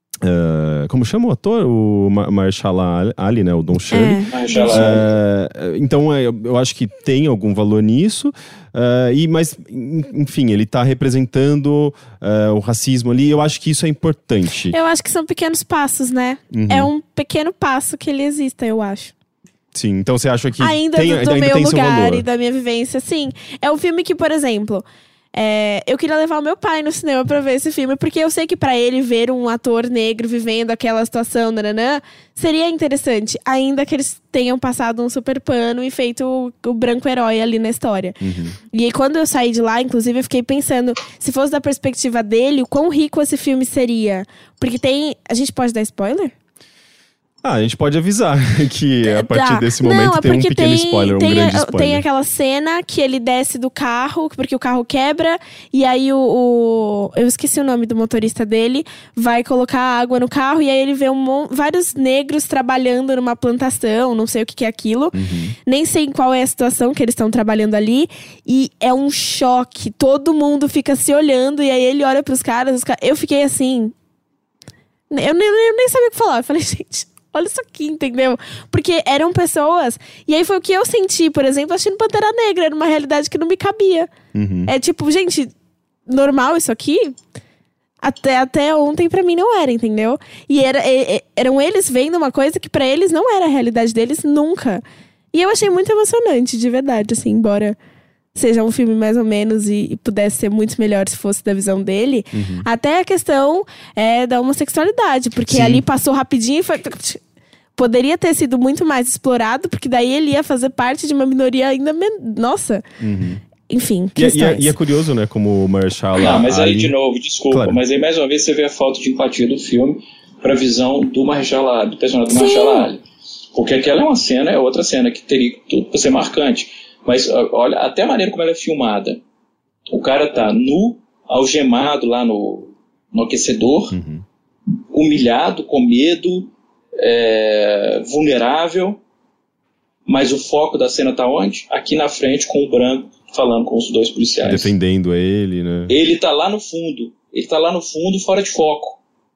Uh, como chama o ator? O Mahershala Ali, né? O Don Shirley. É. Uh, então eu, eu acho que tem algum valor nisso. Uh, e, mas, enfim, ele tá representando uh, o racismo ali. Eu acho que isso é importante. Eu acho que são pequenos passos, né? Uhum. É um pequeno passo que ele exista, eu acho. Sim, então você acha que ainda tem, do, do ainda meu tem lugar seu valor. E da minha vivência, sim. É um filme que, por exemplo... É, eu queria levar o meu pai no cinema pra ver esse filme, porque eu sei que pra ele ver um ator negro vivendo aquela situação, nananã, seria interessante, ainda que eles tenham passado um super pano e feito o, o branco herói ali na história. Uhum. E aí, quando eu saí de lá, inclusive, eu fiquei pensando, se fosse da perspectiva dele, o quão rico esse filme seria. Porque tem... A gente pode dar spoiler? Ah, a gente pode avisar que a partir tá. desse momento Não, é tem um pequeno tem, spoiler, um tem, grande spoiler. Tem aquela cena que ele desce do carro, porque o carro quebra, e aí o, o... eu esqueci o nome do motorista dele, vai colocar água no carro, e aí ele vê um mon... vários negros trabalhando numa plantação, não sei o que, que é aquilo. Uhum. Nem sei qual é a situação que eles estão trabalhando ali, e é um choque. Todo mundo fica se olhando, e aí ele olha pros caras, os caras... Eu fiquei assim... Eu nem, eu nem sabia o que falar. Eu falei, gente... Olha isso aqui, entendeu? Porque eram pessoas... E aí foi o que eu senti, por exemplo, assistindo Pantera Negra. Era uma realidade que não me cabia. Uhum. É tipo, gente... Normal isso aqui? Até, até ontem pra mim não era, entendeu? E era, e, eram eles vendo uma coisa que pra eles não era a realidade deles nunca. E eu achei muito emocionante, de verdade, assim. Embora seja um filme mais ou menos e, e pudesse ser muito melhor se fosse da visão dele. Uhum. Até a questão é, da homossexualidade. Porque Sim. ali passou rapidinho e foi... Poderia ter sido muito mais explorado, porque daí ele ia fazer parte de uma minoria ainda... Men... Nossa... Uhum. Enfim, e, e, é, e é curioso, né, como o Mahershala Não, mas aí, Ali... de novo, desculpa, claro. Mas aí, mais uma vez, você vê a falta de empatia do filme pra visão do Mahershala Ali, do personagem do Sim. Mahershala Ali. Porque aquela é uma cena, é outra cena que teria tudo pra ser marcante. Mas olha, até a maneira como ela é filmada. O cara tá nu, algemado lá no, no aquecedor, uhum. humilhado, com medo, é, vulnerável, mas o foco da cena tá onde? Aqui na frente, com o branco, falando com os dois policiais. Defendendo ele, né? Ele tá lá no fundo, ele tá lá no fundo, fora de foco.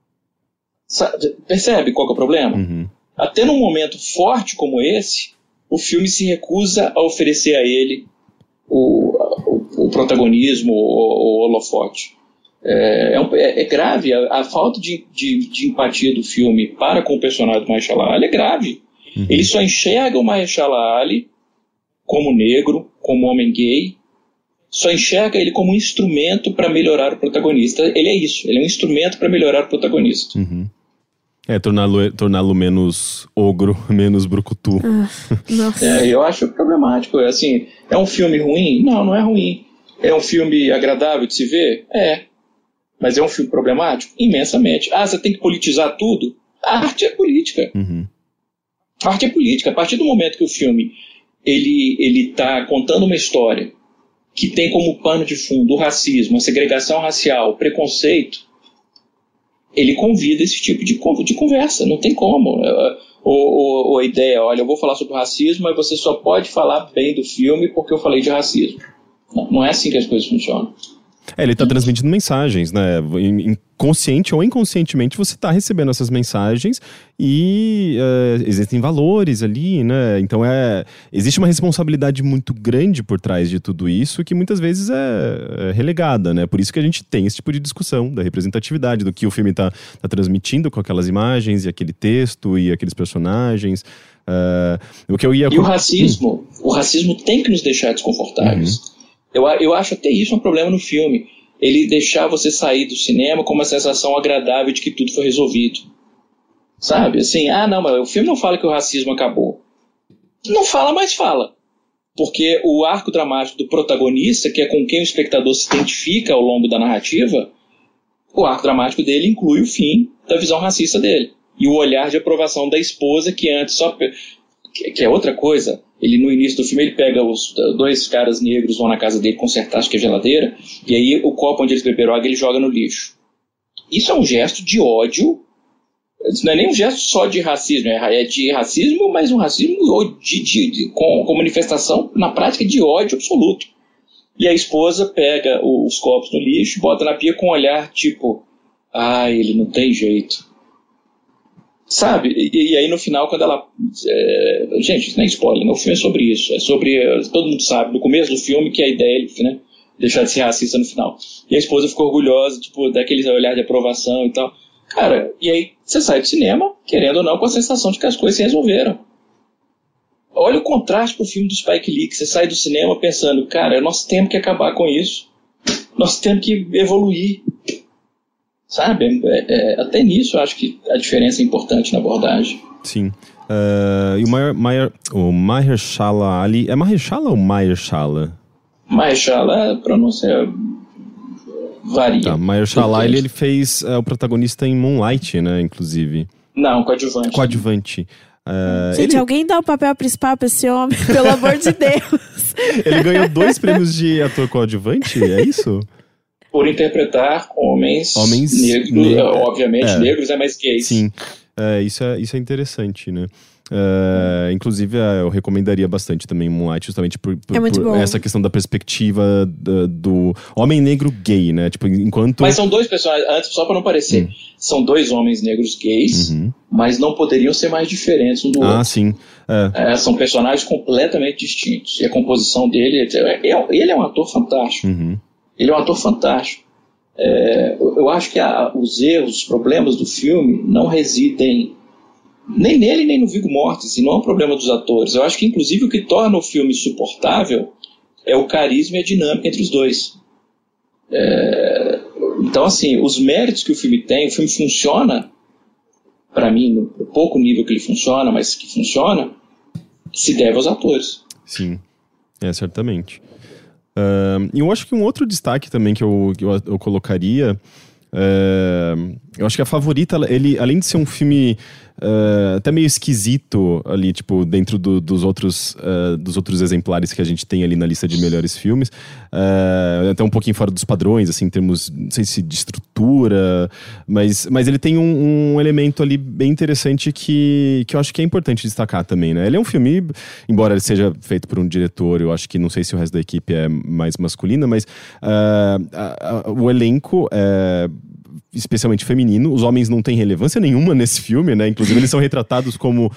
Sabe, percebe qual que é o problema? Uhum. Até num momento forte como esse, o filme se recusa a oferecer a ele o, o, o protagonismo, o, o holofote. É, é, um, é, é grave, a, a falta de, de, de empatia do filme para com o personagem do Mahershala Ali é grave. Uhum. Ele só enxerga o Mahershala Ali como negro, como homem gay, só enxerga ele como um instrumento para melhorar o protagonista. Ele é isso, ele é um instrumento para melhorar o protagonista. Uhum. É, torná-lo, torná-lo menos ogro, menos brucutu. Ah, nossa. É, eu acho problemático. É, assim, é um filme ruim? Não, não é ruim. É um filme agradável de se ver? É. Mas é um filme problemático? Imensamente. Ah, você tem que politizar tudo? A arte é política. Uhum. A arte é política. A partir do momento que o filme ele ele está contando uma história que tem como pano de fundo o racismo, a segregação racial, o preconceito, ele convida esse tipo de, de conversa, não tem como. Ou, ou, ou a ideia, olha, eu vou falar sobre o racismo, mas você só pode falar bem do filme porque eu falei de racismo. Não, não é assim que as coisas funcionam. É, ele tá transmitindo mensagens, né? Consciente ou inconscientemente você tá recebendo essas mensagens e uh, existem valores ali, né? Então é, existe uma responsabilidade muito grande por trás de tudo isso que muitas vezes é, é relegada, né? Por isso que a gente tem esse tipo de discussão da representatividade, do que o filme tá, tá transmitindo com aquelas imagens e aquele texto e aqueles personagens. Uh, o que eu ia... E o racismo, hum. o racismo tem que nos deixar desconfortáveis. Uhum. Eu, eu acho até isso um problema no filme. Ele deixar você sair do cinema com uma sensação agradável de que tudo foi resolvido. Sabe? Assim, ah, não, mas o filme não fala que o racismo acabou. Não fala, mas fala. Porque o arco dramático do protagonista, que é com quem o espectador se identifica ao longo da narrativa, o arco dramático dele inclui o fim da visão racista dele. E o olhar de aprovação da esposa, que antes só... que é outra coisa. Ele, no início do filme, ele pega os dois caras negros, vão na casa dele consertar, acho que é geladeira, e aí o copo onde eles beberam água ele joga no lixo. Isso é um gesto de ódio. Não é nem um gesto só de racismo, é de racismo, mas um racismo de, de, de, com, com manifestação na prática de ódio absoluto. E a esposa pega os copos no lixo, bota na pia com um olhar tipo, ah, ele não tem jeito. Sabe? E, e aí no final, quando ela... É, gente, isso não é spoiler, né? O filme é sobre isso. É sobre... Todo mundo sabe, no começo do filme, que a ideia é, né, deixar de ser racista no final. E a esposa ficou orgulhosa, tipo, daquele olhar de aprovação e tal. Cara, e aí você sai do cinema, querendo ou não, com a sensação de que as coisas se resolveram. Olha o contraste pro filme do Spike Lee, que você sai do cinema pensando, cara, nós temos que acabar com isso. Nós temos que evoluir. Sabe? É, é, até nisso eu acho que a diferença é importante na abordagem. Sim. Uh, e o Maher, Maher, o Mahershala Ali... É Mahershala ou Mahershala? Mahershala, a pronúncia varia. Tá, Mahershala Ali, ele fez uh, o protagonista em Moonlight, né, inclusive. Não, coadjuvante. Coadjuvante. Uh, Gente, ele... alguém dá o papel principal pra esse homem, pelo amor de Deus. Ele ganhou dois prêmios de ator coadjuvante, é isso? Por interpretar homens, homens negros, ne- obviamente é, negros é mais gays. Sim, é, isso, é, isso é interessante, né? Uh, inclusive, uh, eu recomendaria bastante também Moonlight, justamente por, por, é muito por bom. essa questão da perspectiva do, do homem negro gay, né? Tipo, enquanto... Mas são dois personagens, antes, só para não parecer, hum. são dois homens negros gays, uhum. mas não poderiam ser mais diferentes um do ah, outro. Ah, sim. É. É, são personagens completamente distintos. E a composição dele, é, é, ele é um ator fantástico. Uhum. Ele é um ator fantástico. É, eu acho que a, os erros, os problemas do filme não residem nem nele nem no Viggo Mortensen, não é um problema dos atores. Eu acho que inclusive o que torna o filme suportável é o carisma e a dinâmica entre os dois. É, então assim, os méritos que o filme tem, o filme funciona, para mim, no pouco nível que ele funciona, mas que funciona, se deve aos atores. Sim, é, certamente. Uh, e eu acho que um outro destaque também que eu, que eu, eu colocaria, uh, eu acho que a Favorita, ele, além de ser um filme uh, até meio esquisito ali, tipo, dentro do, dos, outros, uh, dos outros exemplares que a gente tem ali na lista de melhores filmes, uh, até um pouquinho fora dos padrões, assim, em termos, não sei se de estrutura, mas, mas ele tem um, um elemento ali bem interessante que, que eu acho que é importante destacar também, né? Ele é um filme, embora ele seja feito por um diretor, eu acho que não sei se o resto da equipe é mais masculina, mas uh, a, a, o elenco é especialmente feminino. Os homens não têm relevância nenhuma nesse filme, né? Inclusive eles são retratados como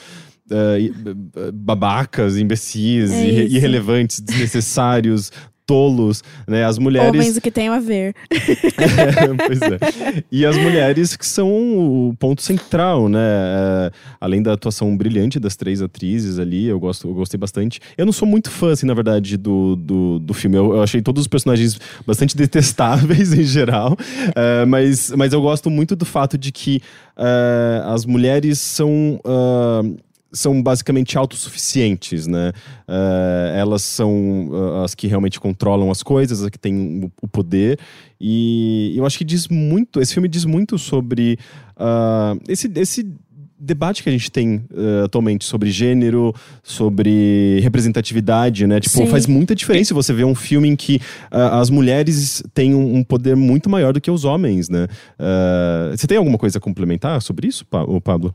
uh, babacas, imbecis, é irre- irrelevantes, desnecessários, tolos, né? As mulheres... Homens o que tem a ver. é, pois é. E as mulheres que são o ponto central, né? É, além da atuação brilhante das três atrizes ali, eu, gosto, eu gostei bastante. Eu não sou muito fã, assim, na verdade, do, do, do filme. Eu, eu achei todos os personagens bastante detestáveis, em geral. É, mas, mas eu gosto muito do fato de que é, as mulheres são... Uh, são basicamente autossuficientes, né? Uh, elas são uh, as que realmente controlam as coisas, as que têm o, o poder. E eu acho que diz muito... Esse filme diz muito sobre uh, esse, esse debate que a gente tem uh, atualmente sobre gênero, sobre representatividade, né? Tipo, Sim. faz muita diferença você ver um filme em que uh, as mulheres têm um, um poder muito maior do que os homens, né? Uh, você tem alguma coisa a complementar sobre isso, Pablo?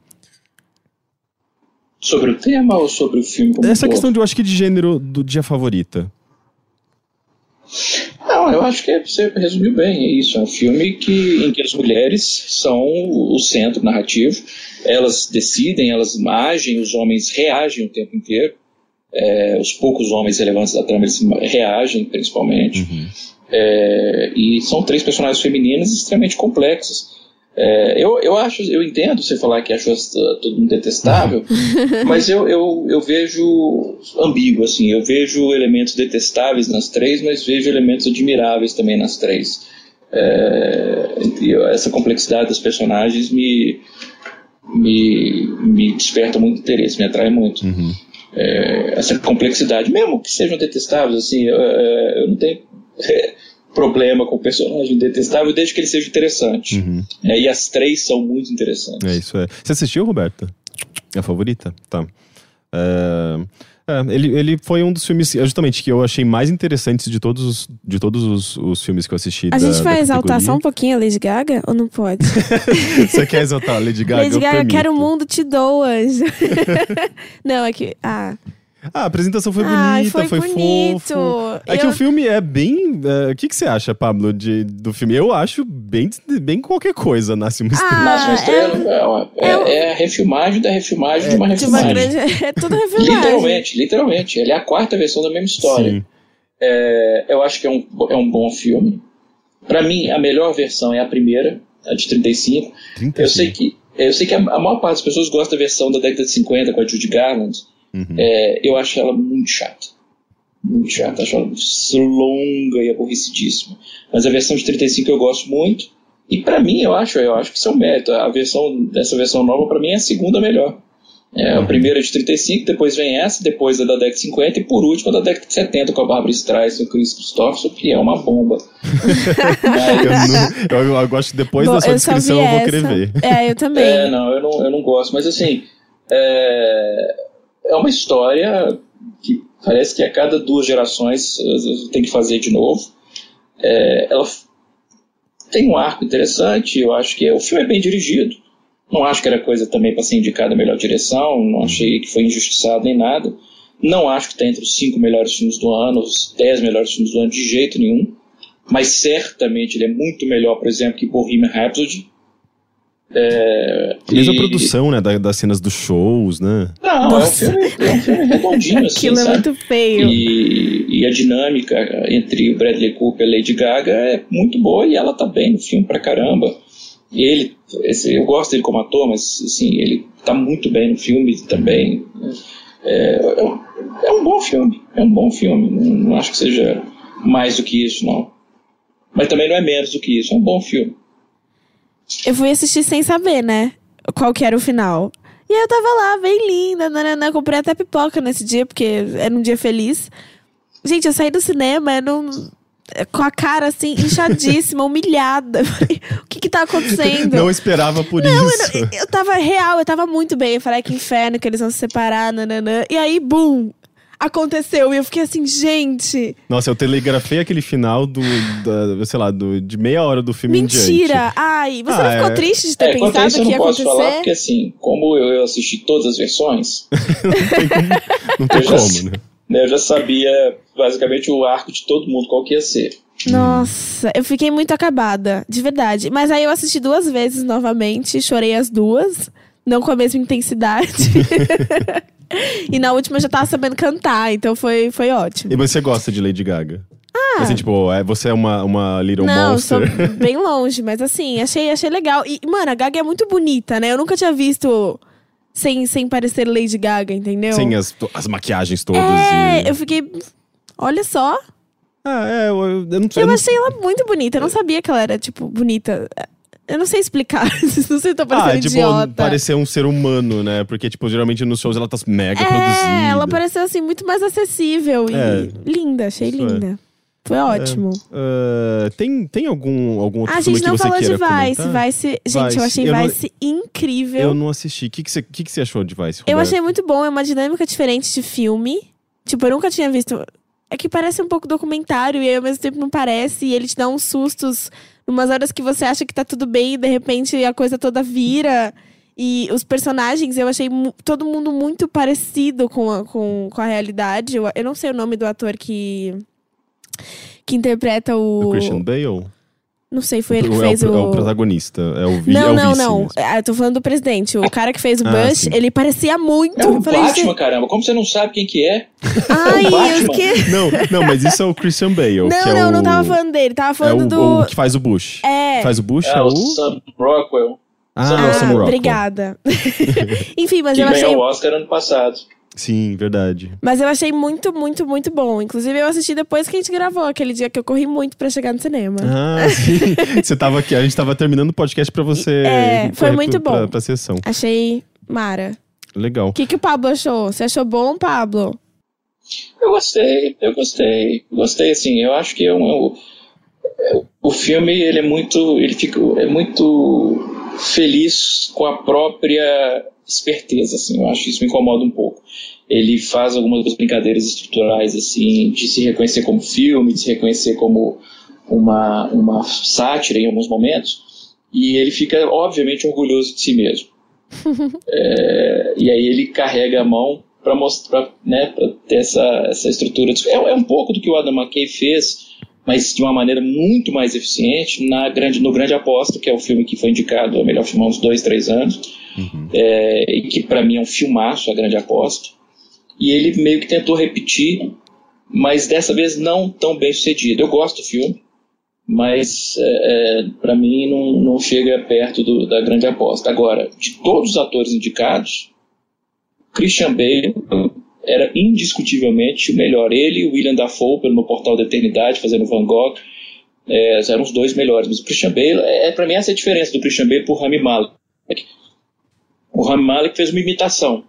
Sobre o tema ou sobre o filme como Essa todo? questão de, eu acho que de gênero do dia favorita. Não, eu acho que você resumiu bem, é isso. É um filme que, em que as mulheres são o centro narrativo. Elas decidem, elas agem, os homens reagem o tempo inteiro. É, os poucos homens relevantes da trama, eles reagem, principalmente. Uhum. É, e são três personagens femininas extremamente complexas. É, eu, eu acho, eu entendo você falar que achou todo mundo detestável, mas eu, eu, eu vejo ambíguo, assim, eu vejo elementos detestáveis nas três, mas vejo elementos admiráveis também nas três. É, essa complexidade dos personagens me, me, me desperta muito interesse, me atrai muito. Uhum. é, essa complexidade, mesmo que sejam detestáveis, assim, eu, eu não tenho é, problema com o personagem detestável, desde que ele seja interessante. Uhum. É, e as três são muito interessantes. É isso, é. Você assistiu, Roberta? É a favorita? Tá. É... É, ele, ele foi um dos filmes, justamente, que eu achei mais interessantes de todos os, de todos os, os filmes que eu assisti. A da, gente vai da exaltar só um pouquinho a Lady Gaga ou não pode? Você quer exaltar a Lady Gaga? Lady Gaga, quero o mundo, te dou, anjo. Não, é que... Ah... Ah, a apresentação foi bonita, Ai, foi, foi bonito. fofo. É eu... que o filme é bem... O uh, que, que você acha, Pablo, de, do filme? Eu acho bem, bem qualquer coisa, Nasce uma Estrela. Ah, Nasce uma Estrela é, é, é, é a refilmagem da refilmagem é, de uma refilmagem. De uma grande... É tudo refilmagem. Literalmente, literalmente. Ele é a quarta versão da mesma história. É, eu acho que é um, é um bom filme. Pra mim, a melhor versão é a primeira, a de trinta e cinco. trinta e cinco. Eu sei que, eu sei que a, a maior parte das pessoas gosta da versão da década de cinquenta com a Judy Garland. Uhum. É, eu acho ela muito chata. Muito chata. Acho ela longa e aborrecidíssima. Mas a versão de trinta e cinco eu gosto muito. E pra mim, eu acho, eu acho que isso é um mérito. A versão, essa versão nova, pra mim, é a segunda melhor. É, uhum. A primeira é de trinta e cinco, depois vem essa, depois a da década de cinquenta e por último a da década de setenta com a Barbra Streisand e o Chris Christopherson, que é uma bomba. Mas... eu, não, eu, eu gosto que depois Bom, da sua descrição eu, eu vou querer ver. É, eu também. É, não, eu não, eu não gosto. Mas assim, é... É uma história que parece que a cada duas gerações tem que fazer de novo. É, ela tem um arco interessante, eu acho que o filme é bem dirigido. Não acho que era coisa também para ser indicada a melhor direção, não achei que foi injustiçado nem nada. Não acho que está entre os cinco melhores filmes do ano, os dez melhores filmes do ano, de jeito nenhum. Mas certamente ele é muito melhor, por exemplo, que Bohemian Rhapsody. É, a mesma e... produção, né, das, das cenas dos shows, né? Não, Nossa. é um, filme, é um filme redondinho, assim, Aquilo sabe? é muito feio. E, e a dinâmica entre o Bradley Cooper e a Lady Gaga é muito boa e ela tá bem no filme pra caramba. E ele, esse, eu gosto dele como ator, mas assim, ele tá muito bem no filme também. É, é, um, é um bom filme, é um bom filme. Não, não acho que seja mais do que isso, não. Mas também não é menos do que isso, é um bom filme. Eu fui assistir sem saber, né? Qual que era o final. E aí eu tava lá, bem linda, nananã, comprei até pipoca nesse dia, porque era um dia feliz. Gente, eu saí do cinema, eu não... com a cara assim, inchadíssima, humilhada. Eu falei, o que que tá acontecendo? Não esperava por não, isso. Eu, não, eu tava real, eu tava muito bem. Eu falei, que inferno, que eles vão se separar, nananã. E aí, bum! Aconteceu, e eu fiquei assim, gente... Nossa, eu telegrafei aquele final do, da, sei lá, do, de meia hora do filme em diante. Mentira! Ai, você ah, não ficou é... triste de ter é, pensado isso que ia eu não posso acontecer? falar, porque assim, como eu, eu assisti todas as versões... não tem como, não tem eu como já, né? Eu já sabia, basicamente, o arco de todo mundo, qual que ia ser. Nossa, eu fiquei muito acabada, de verdade. Mas aí eu assisti duas vezes novamente, chorei as duas, não com a mesma intensidade. E na última eu já tava sabendo cantar, então foi, foi ótimo. E você gosta de Lady Gaga? Ah! Assim, tipo, é, você é uma, uma little não, monster? Não, sou bem longe, mas assim, achei, achei legal. E, mano, a Gaga é muito bonita, né? Eu nunca tinha visto sem, sem parecer Lady Gaga, entendeu? Sem as, as maquiagens todas. É, e... eu fiquei... Olha só. Ah, é, eu, eu não sei. Eu, eu não... achei ela muito bonita, eu não sabia que ela era, tipo, bonita. Eu não sei explicar, não sei se eu tô parecendo ah, tipo, idiota. parecer um ser humano, né? Porque, tipo, geralmente nos shows ela tá mega é, produzida. É, ela pareceu, assim, muito mais acessível e é. linda, achei Isso linda. É. Foi ótimo. É. Uh, tem, tem algum, algum outro a filme que você queira comentar? A gente não falou de Vice. Vice, gente, Vice. eu achei eu Vice não, incrível. Eu não assisti. O que, que, você, que, que você achou de Vice, Roberto? Eu achei muito bom, é uma dinâmica diferente de filme. Tipo, eu nunca tinha visto... É que parece um pouco documentário e aí, ao mesmo tempo não parece. E ele te dá uns sustos umas horas que você acha que tá tudo bem e de repente a coisa toda vira. E os personagens, eu achei mu- todo mundo muito parecido com a, com, com a realidade. Eu, eu não sei o nome do ator que, que interpreta o... O Christian Bale? Não sei, foi ele que é fez o, o... É o protagonista, é o, vi, não, é o não, vice. Não, mesmo. não. Eu tô falando do presidente. O cara que fez o ah, Bush, sim. ele parecia muito... É o falei, Batman, gente... caramba. Como você não sabe quem que é? Ai, é o Batman. que... Não, não, mas isso é o Christian Bale. Não, que é não, o... não tava falando dele. Tava falando é o, do... o que faz o Bush. É. Faz o Bush É, é o o... Sam Rockwell. Ah, Sam o Sam Ah, Rockwell. obrigada. Enfim, mas que eu ganhou achei... o Oscar ano passado. Sim, verdade. Mas eu achei muito, muito, muito bom. Inclusive, eu assisti depois que a gente gravou. Aquele dia que eu corri muito pra chegar no cinema. Ah, sim. Você tava aqui, a gente tava terminando o podcast pra você... É, foi muito pra, bom. Pra, pra sessão. Achei mara. Legal. O que, que o Pablo achou? Você achou bom, Pablo? Eu gostei, eu gostei. Gostei, assim, eu acho que é um, é um, o filme, ele é muito, ele fica, é muito feliz com a própria esperteza, assim, eu acho que isso me incomoda um pouco. Ele faz algumas brincadeiras estruturais, assim, de se reconhecer como filme, de se reconhecer como uma, uma sátira em alguns momentos, e ele fica, obviamente, orgulhoso de si mesmo. é, e aí ele carrega a mão para mostrar, né, para ter essa, essa estrutura. É, é um pouco do que o Adam McKay fez, mas de uma maneira muito mais eficiente na grande, no Grande Aposta, que é o filme que foi indicado ao melhor filme há uns dois, três anos, uhum. é, e que para mim é um filmaço, A Grande Aposta. E ele meio que tentou repetir, mas dessa vez não tão bem sucedido. Eu gosto do filme, mas é, é, para mim não, não chega perto do, da Grande Aposta. Agora, de todos os atores indicados, Christian Bale era indiscutivelmente o melhor. Ele e o William Dafoe, pelo No Portal da Eternidade, fazendo Van Gogh, é, eram os dois melhores. Mas o Christian Bale, é, para mim essa é a diferença do Christian Bale por Rami Malek. O Rami Malek fez uma imitação.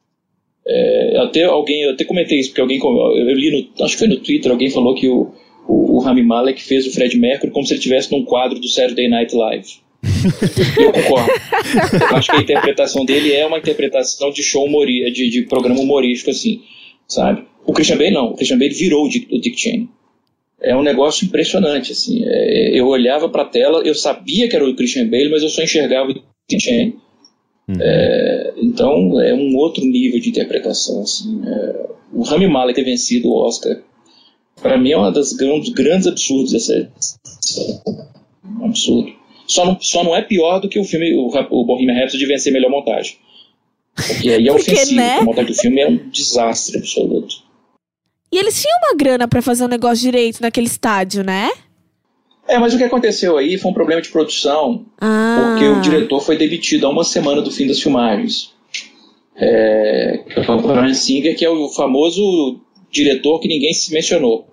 É, até alguém, eu até comentei isso, porque alguém, eu li no, acho que foi no Twitter, alguém falou que o, o, o Rami Malek fez o Fred Mercury como se ele estivesse num quadro do Saturday Night Live. Eu concordo. Eu acho que a interpretação dele é uma interpretação de show humorístico, de, de programa humorístico, assim, sabe? O Christian Bale não, o Christian Bale virou o Dick, o Dick Cheney. É um negócio impressionante, assim. É, eu olhava pra tela, eu sabia que era o Christian Bale, mas eu só enxergava o Dick Cheney. Uhum. É, então é um outro nível de interpretação, assim. É, o Rami Malek ter vencido o Oscar, para mim é uma das grandes, grandes absurdos dessa edição. Um absurdo. Só não, só não é pior do que o filme, o, o Bohemian Rhapsody vencer melhor montagem, porque aí é porque, ofensivo, né? A montagem do filme é um desastre absoluto. E eles tinham uma grana pra fazer um negócio direito naquele estádio, né? É, mas o que aconteceu aí foi um problema de produção, ah. porque o diretor foi demitido há uma semana do fim das filmagens. É, o Bryan Singer, que é o famoso diretor que ninguém se mencionou.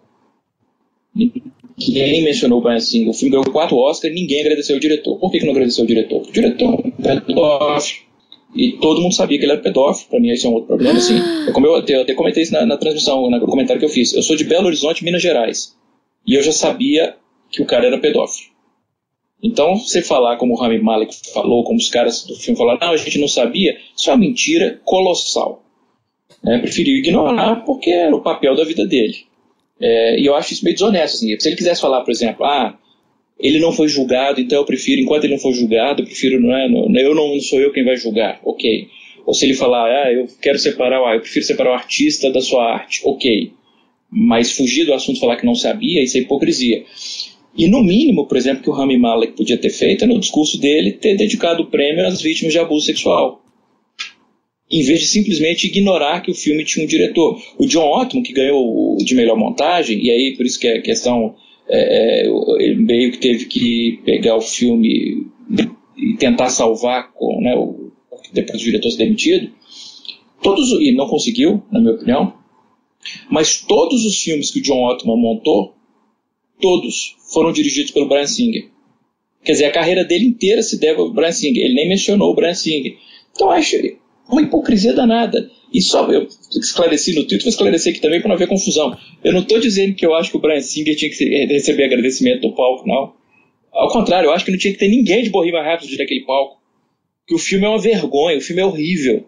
Ninguém mencionou o Bryan Singer. O filme ganhou quatro Oscars e ninguém agradeceu o diretor. Por que, que não agradeceu o diretor? O diretor é pedófilo. E todo mundo sabia que ele era pedófilo. Para mim, esse é um outro problema. Assim, eu, como eu, até, eu até comentei isso na, na transmissão, no comentário que eu fiz. Eu sou de Belo Horizonte, Minas Gerais. E eu já sabia que o cara era pedófilo. Então, você falar como o Rami Malek falou, como os caras do filme falaram, não, a gente não sabia, isso é uma mentira colossal. É, preferiu ignorar porque era o papel da vida dele. É, e eu acho isso meio desonesto. Assim. Se ele quisesse falar, por exemplo, ah, ele não foi julgado, então eu prefiro, enquanto ele não foi julgado, eu prefiro, não é, não, eu não, não sou eu quem vai julgar, ok. Ou se ele falar, ah, eu quero separar, ah, eu prefiro separar o artista da sua arte, ok. Mas fugir do assunto, falar que não sabia, isso é hipocrisia. E no mínimo, por exemplo, que o Rami Malek podia ter feito, é no discurso dele ter dedicado o prêmio às vítimas de abuso sexual, em vez de simplesmente ignorar que o filme tinha um diretor. O John Ottman, que ganhou o de melhor montagem, e aí por isso que a questão, é, é, ele meio que teve que pegar o filme e tentar salvar, com, né, o, depois do diretor ser demitido, todos, e não conseguiu, na minha opinião, mas todos os filmes que o John Ottman montou, todos foram dirigidos pelo Bryan Singer. Quer dizer, a carreira dele inteira se deve ao Bryan Singer. Ele nem mencionou o Bryan Singer. Então, acho uma hipocrisia danada. E só eu esclareci no Twitter, vou esclarecer aqui também para não haver confusão. Eu não estou dizendo que eu acho que o Bryan Singer tinha que receber agradecimento do palco, não. Ao contrário, eu acho que não tinha que ter ninguém de Bohemian Rhapsody naquele palco. Que o filme é uma vergonha, o filme é horrível.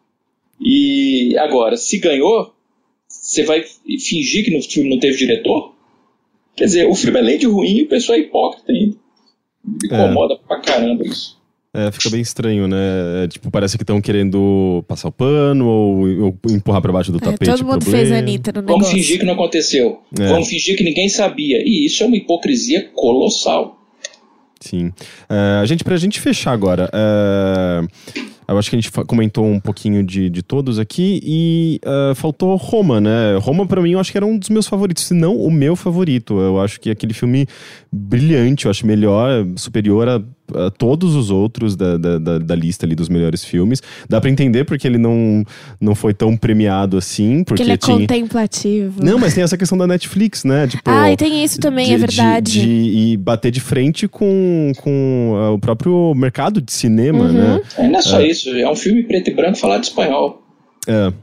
E agora, se ganhou, você vai fingir que no filme não teve diretor? Quer dizer, o filme além de ruim, o pessoal é hipócrita ainda. Me incomoda é. pra caramba isso. É, fica bem estranho, né? É, tipo, parece que estão querendo passar o pano ou, ou empurrar pra baixo do tapete. É, todo mundo problema. fez a Anitta no negócio. Vamos fingir que não aconteceu. É. Vamos fingir que ninguém sabia. E isso é uma hipocrisia colossal. Sim. É, a gente, pra gente fechar agora, é, eu acho que a gente comentou um pouquinho de, de todos aqui e uh, faltou Roma, né? Roma, pra mim, eu acho que era um dos meus favoritos, se não o meu favorito. Eu acho que aquele filme brilhante, eu acho melhor, superior a uh, todos os outros da, da, da, da lista ali dos melhores filmes. Dá pra entender porque ele não, não foi tão premiado assim. Porque, porque ele é tinha... contemplativo. Não, mas tem essa questão da Netflix, né? Tipo, ah, e tem isso também, de, é verdade. De, de, e bater de frente com, com uh, o próprio mercado de cinema, uhum. né? É, não é só é. isso, é um filme preto e branco falado espanhol. É.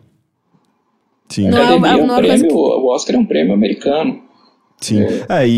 Sim. Não, Academia, é um prêmio, que... o Oscar é um prêmio americano. Sim, é. É,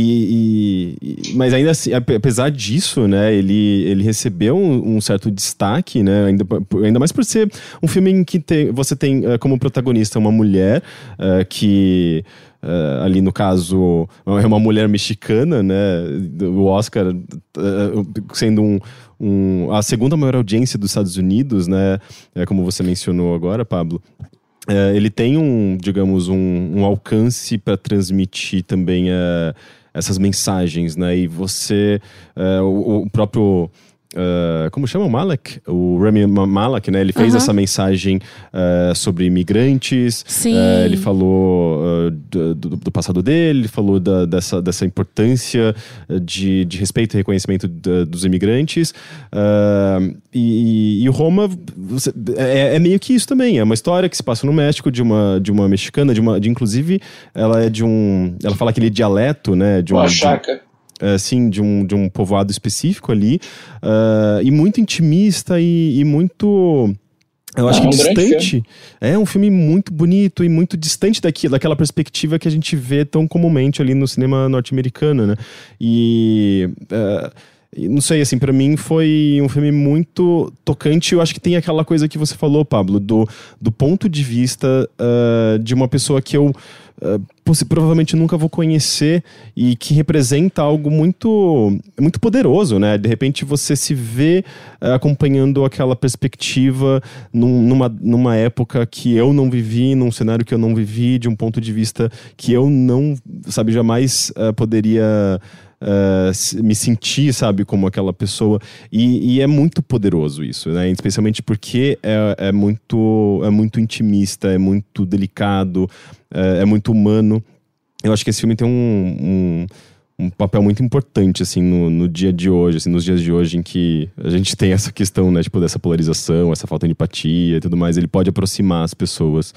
e, e, mas ainda assim, apesar disso, né, ele, ele recebeu um, um certo destaque, né, ainda, ainda mais por ser um filme em que tem, você tem uh, como protagonista uma mulher uh, que... Uh, ali no caso é uma mulher mexicana, né? O Oscar uh, sendo um, um, a segunda maior audiência dos Estados Unidos, né? É, como você mencionou agora, Pablo. Uh, ele tem um, digamos, um, um alcance para transmitir também uh, essas mensagens, né? E você, uh, o, o próprio Uh, como chama o Malek? O Rami Malek, né? Ele fez uh-huh. essa mensagem uh, sobre imigrantes. Sim. Uh, ele falou uh, do, do passado dele, ele falou da, dessa, dessa importância de, de respeito e reconhecimento de, dos imigrantes. Uh, e, e o Roma você, é, é meio que isso também. É uma história que se passa no México de uma, de uma mexicana, de uma, de, inclusive, ela é de um... Ela fala aquele dialeto, né? De um, Oaxaca. Assim, de um, de um povoado específico ali, uh, e muito intimista e, e muito, eu acho ah, que um distante. É um filme muito bonito e muito distante daquilo, daquela perspectiva que a gente vê tão comumente ali no cinema norte-americano, né? E... Uh, não sei, assim, pra mim foi um filme muito tocante. Eu acho que tem aquela coisa que você falou, Pablo, do, do ponto de vista uh, de uma pessoa que eu uh, provavelmente nunca vou conhecer e que representa algo muito, muito poderoso, né? De repente você se vê uh, acompanhando aquela perspectiva num, numa, numa época que eu não vivi, num cenário que eu não vivi, de um ponto de vista que eu não, sabe, jamais uh, poderia... Uh, me sentir, sabe, como aquela pessoa, e, e é muito poderoso isso, né, especialmente porque é, é, muito, é muito intimista, é muito delicado, é, é muito humano. Eu acho que esse filme tem um, um, um papel muito importante, assim, no, no dia de hoje, assim, nos dias de hoje em que a gente tem essa questão, né, tipo, dessa polarização, essa falta de empatia e tudo mais. Ele pode aproximar as pessoas.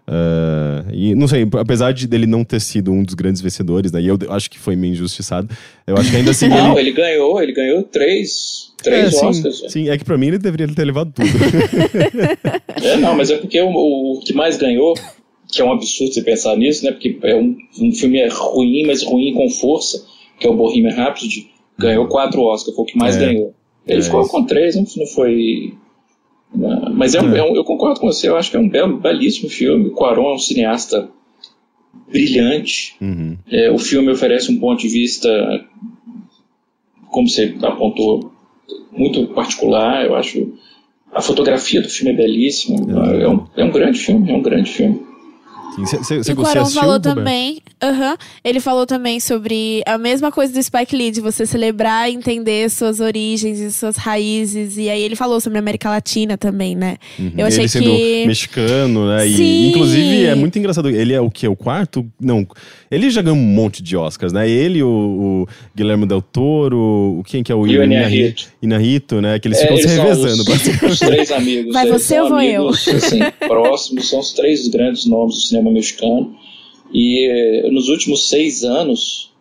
Uh, e não sei, apesar de dele não ter sido um dos grandes vencedores, né, e eu acho que foi meio injustiçado, eu acho que ainda assim não, ele... ele ganhou, ele ganhou três, três é, Oscars. Sim, sim, é que pra mim ele deveria ter levado tudo. É, não, mas é porque o, o que mais ganhou, que é um absurdo você pensar nisso, né, porque é um, um filme ruim, mas ruim com força, que é o Bohemian Rhapsody, ganhou quatro Oscars, foi o que mais é, ganhou. Ele é ficou isso. com três, não, não foi... Mas é um, é. É um, eu concordo com você, eu acho que é um belo, belíssimo filme. O Cuarón é um cineasta brilhante. Uhum. É, o filme oferece um ponto de vista, como você apontou, muito particular. Eu acho a fotografia do filme é belíssima. Uhum. É, um, é um grande filme, é um grande filme. E o Cuarón falou também, uh-huh, ele falou também sobre a mesma coisa do Spike Lee, de você celebrar e entender suas origens e suas raízes. E aí ele falou sobre a América Latina também, né? Uhum. Eu achei ele sendo que... mexicano, né? Sim. E, inclusive, é muito engraçado. Ele é o quê? O quarto? Não. Ele já ganhou um monte de Oscars, né? Ele, o, o Guilherme Del Toro, quem que é o Inarritu. Inarritu, né? Que eles é, ficam eles se revezando. Os, os três amigos. Vai você ou vou amigos, eu? Assim, próximos, são os três grandes nomes do cinema mexicano. E nos últimos seis anos,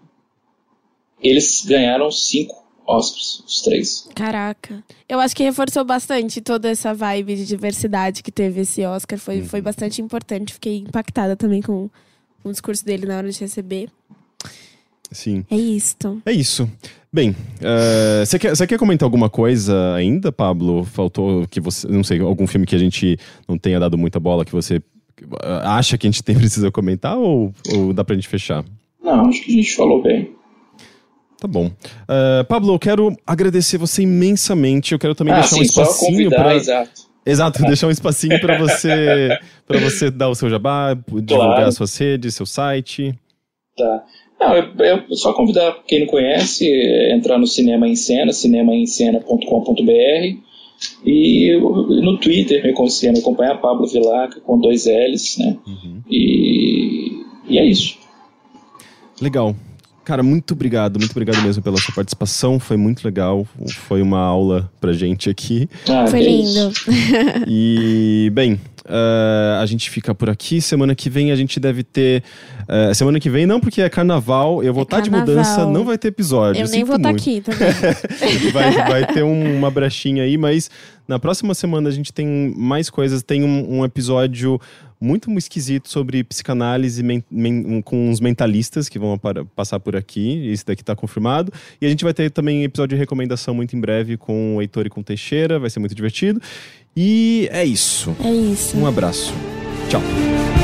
eles ganharam cinco Oscars, os três. Caraca. Eu acho que reforçou bastante toda essa vibe de diversidade que teve esse Oscar. Foi, foi bastante importante. Fiquei impactada também com, com o discurso dele na hora de receber. Sim. É isto. É isso. Bem, você uh, quer, quer comentar alguma coisa ainda, Pablo? Faltou que você, não sei, algum filme que a gente não tenha dado muita bola, que você acha que a gente tem, precisa comentar, ou, ou dá pra gente fechar? Não, acho que a gente falou bem. Tá bom. Uh, Pablo, eu quero agradecer você imensamente. Eu quero também ah, deixar sim, um espacinho para exato. Exato, deixar um espacinho para você para você dar o seu jabá, divulgar claro. As suas redes, seu site. Tá. Não, é, é só convidar quem não conhece, é entrar no Cinema em Cena, cinema em cena ponto com ponto b r, e no Twitter me conseguem acompanhar, Pablo Vilaca com dois L's, né? Uhum. E, e é isso. Legal. Cara, muito obrigado, muito obrigado mesmo pela sua participação. Foi muito legal. Foi uma aula pra gente aqui. Ah, Foi que lindo. isso. E, bem, uh, a gente fica por aqui. Semana que vem a gente deve ter... Uh, semana que vem não, porque é carnaval. Eu vou É estar de carnaval. mudança, não vai ter episódio. Eu nem sinto vou estar muito. aqui também. vai, vai ter um- uma brechinha aí, mas na próxima semana a gente tem mais coisas. Tem um, um episódio muito esquisito sobre psicanálise men- men- com uns mentalistas que vão apar- passar por aqui. Esse daqui tá confirmado. E a gente vai ter também episódio de recomendação muito em breve com o Heitor e com o Teixeira. Vai ser muito divertido. E é isso. É isso. Um abraço. Tchau.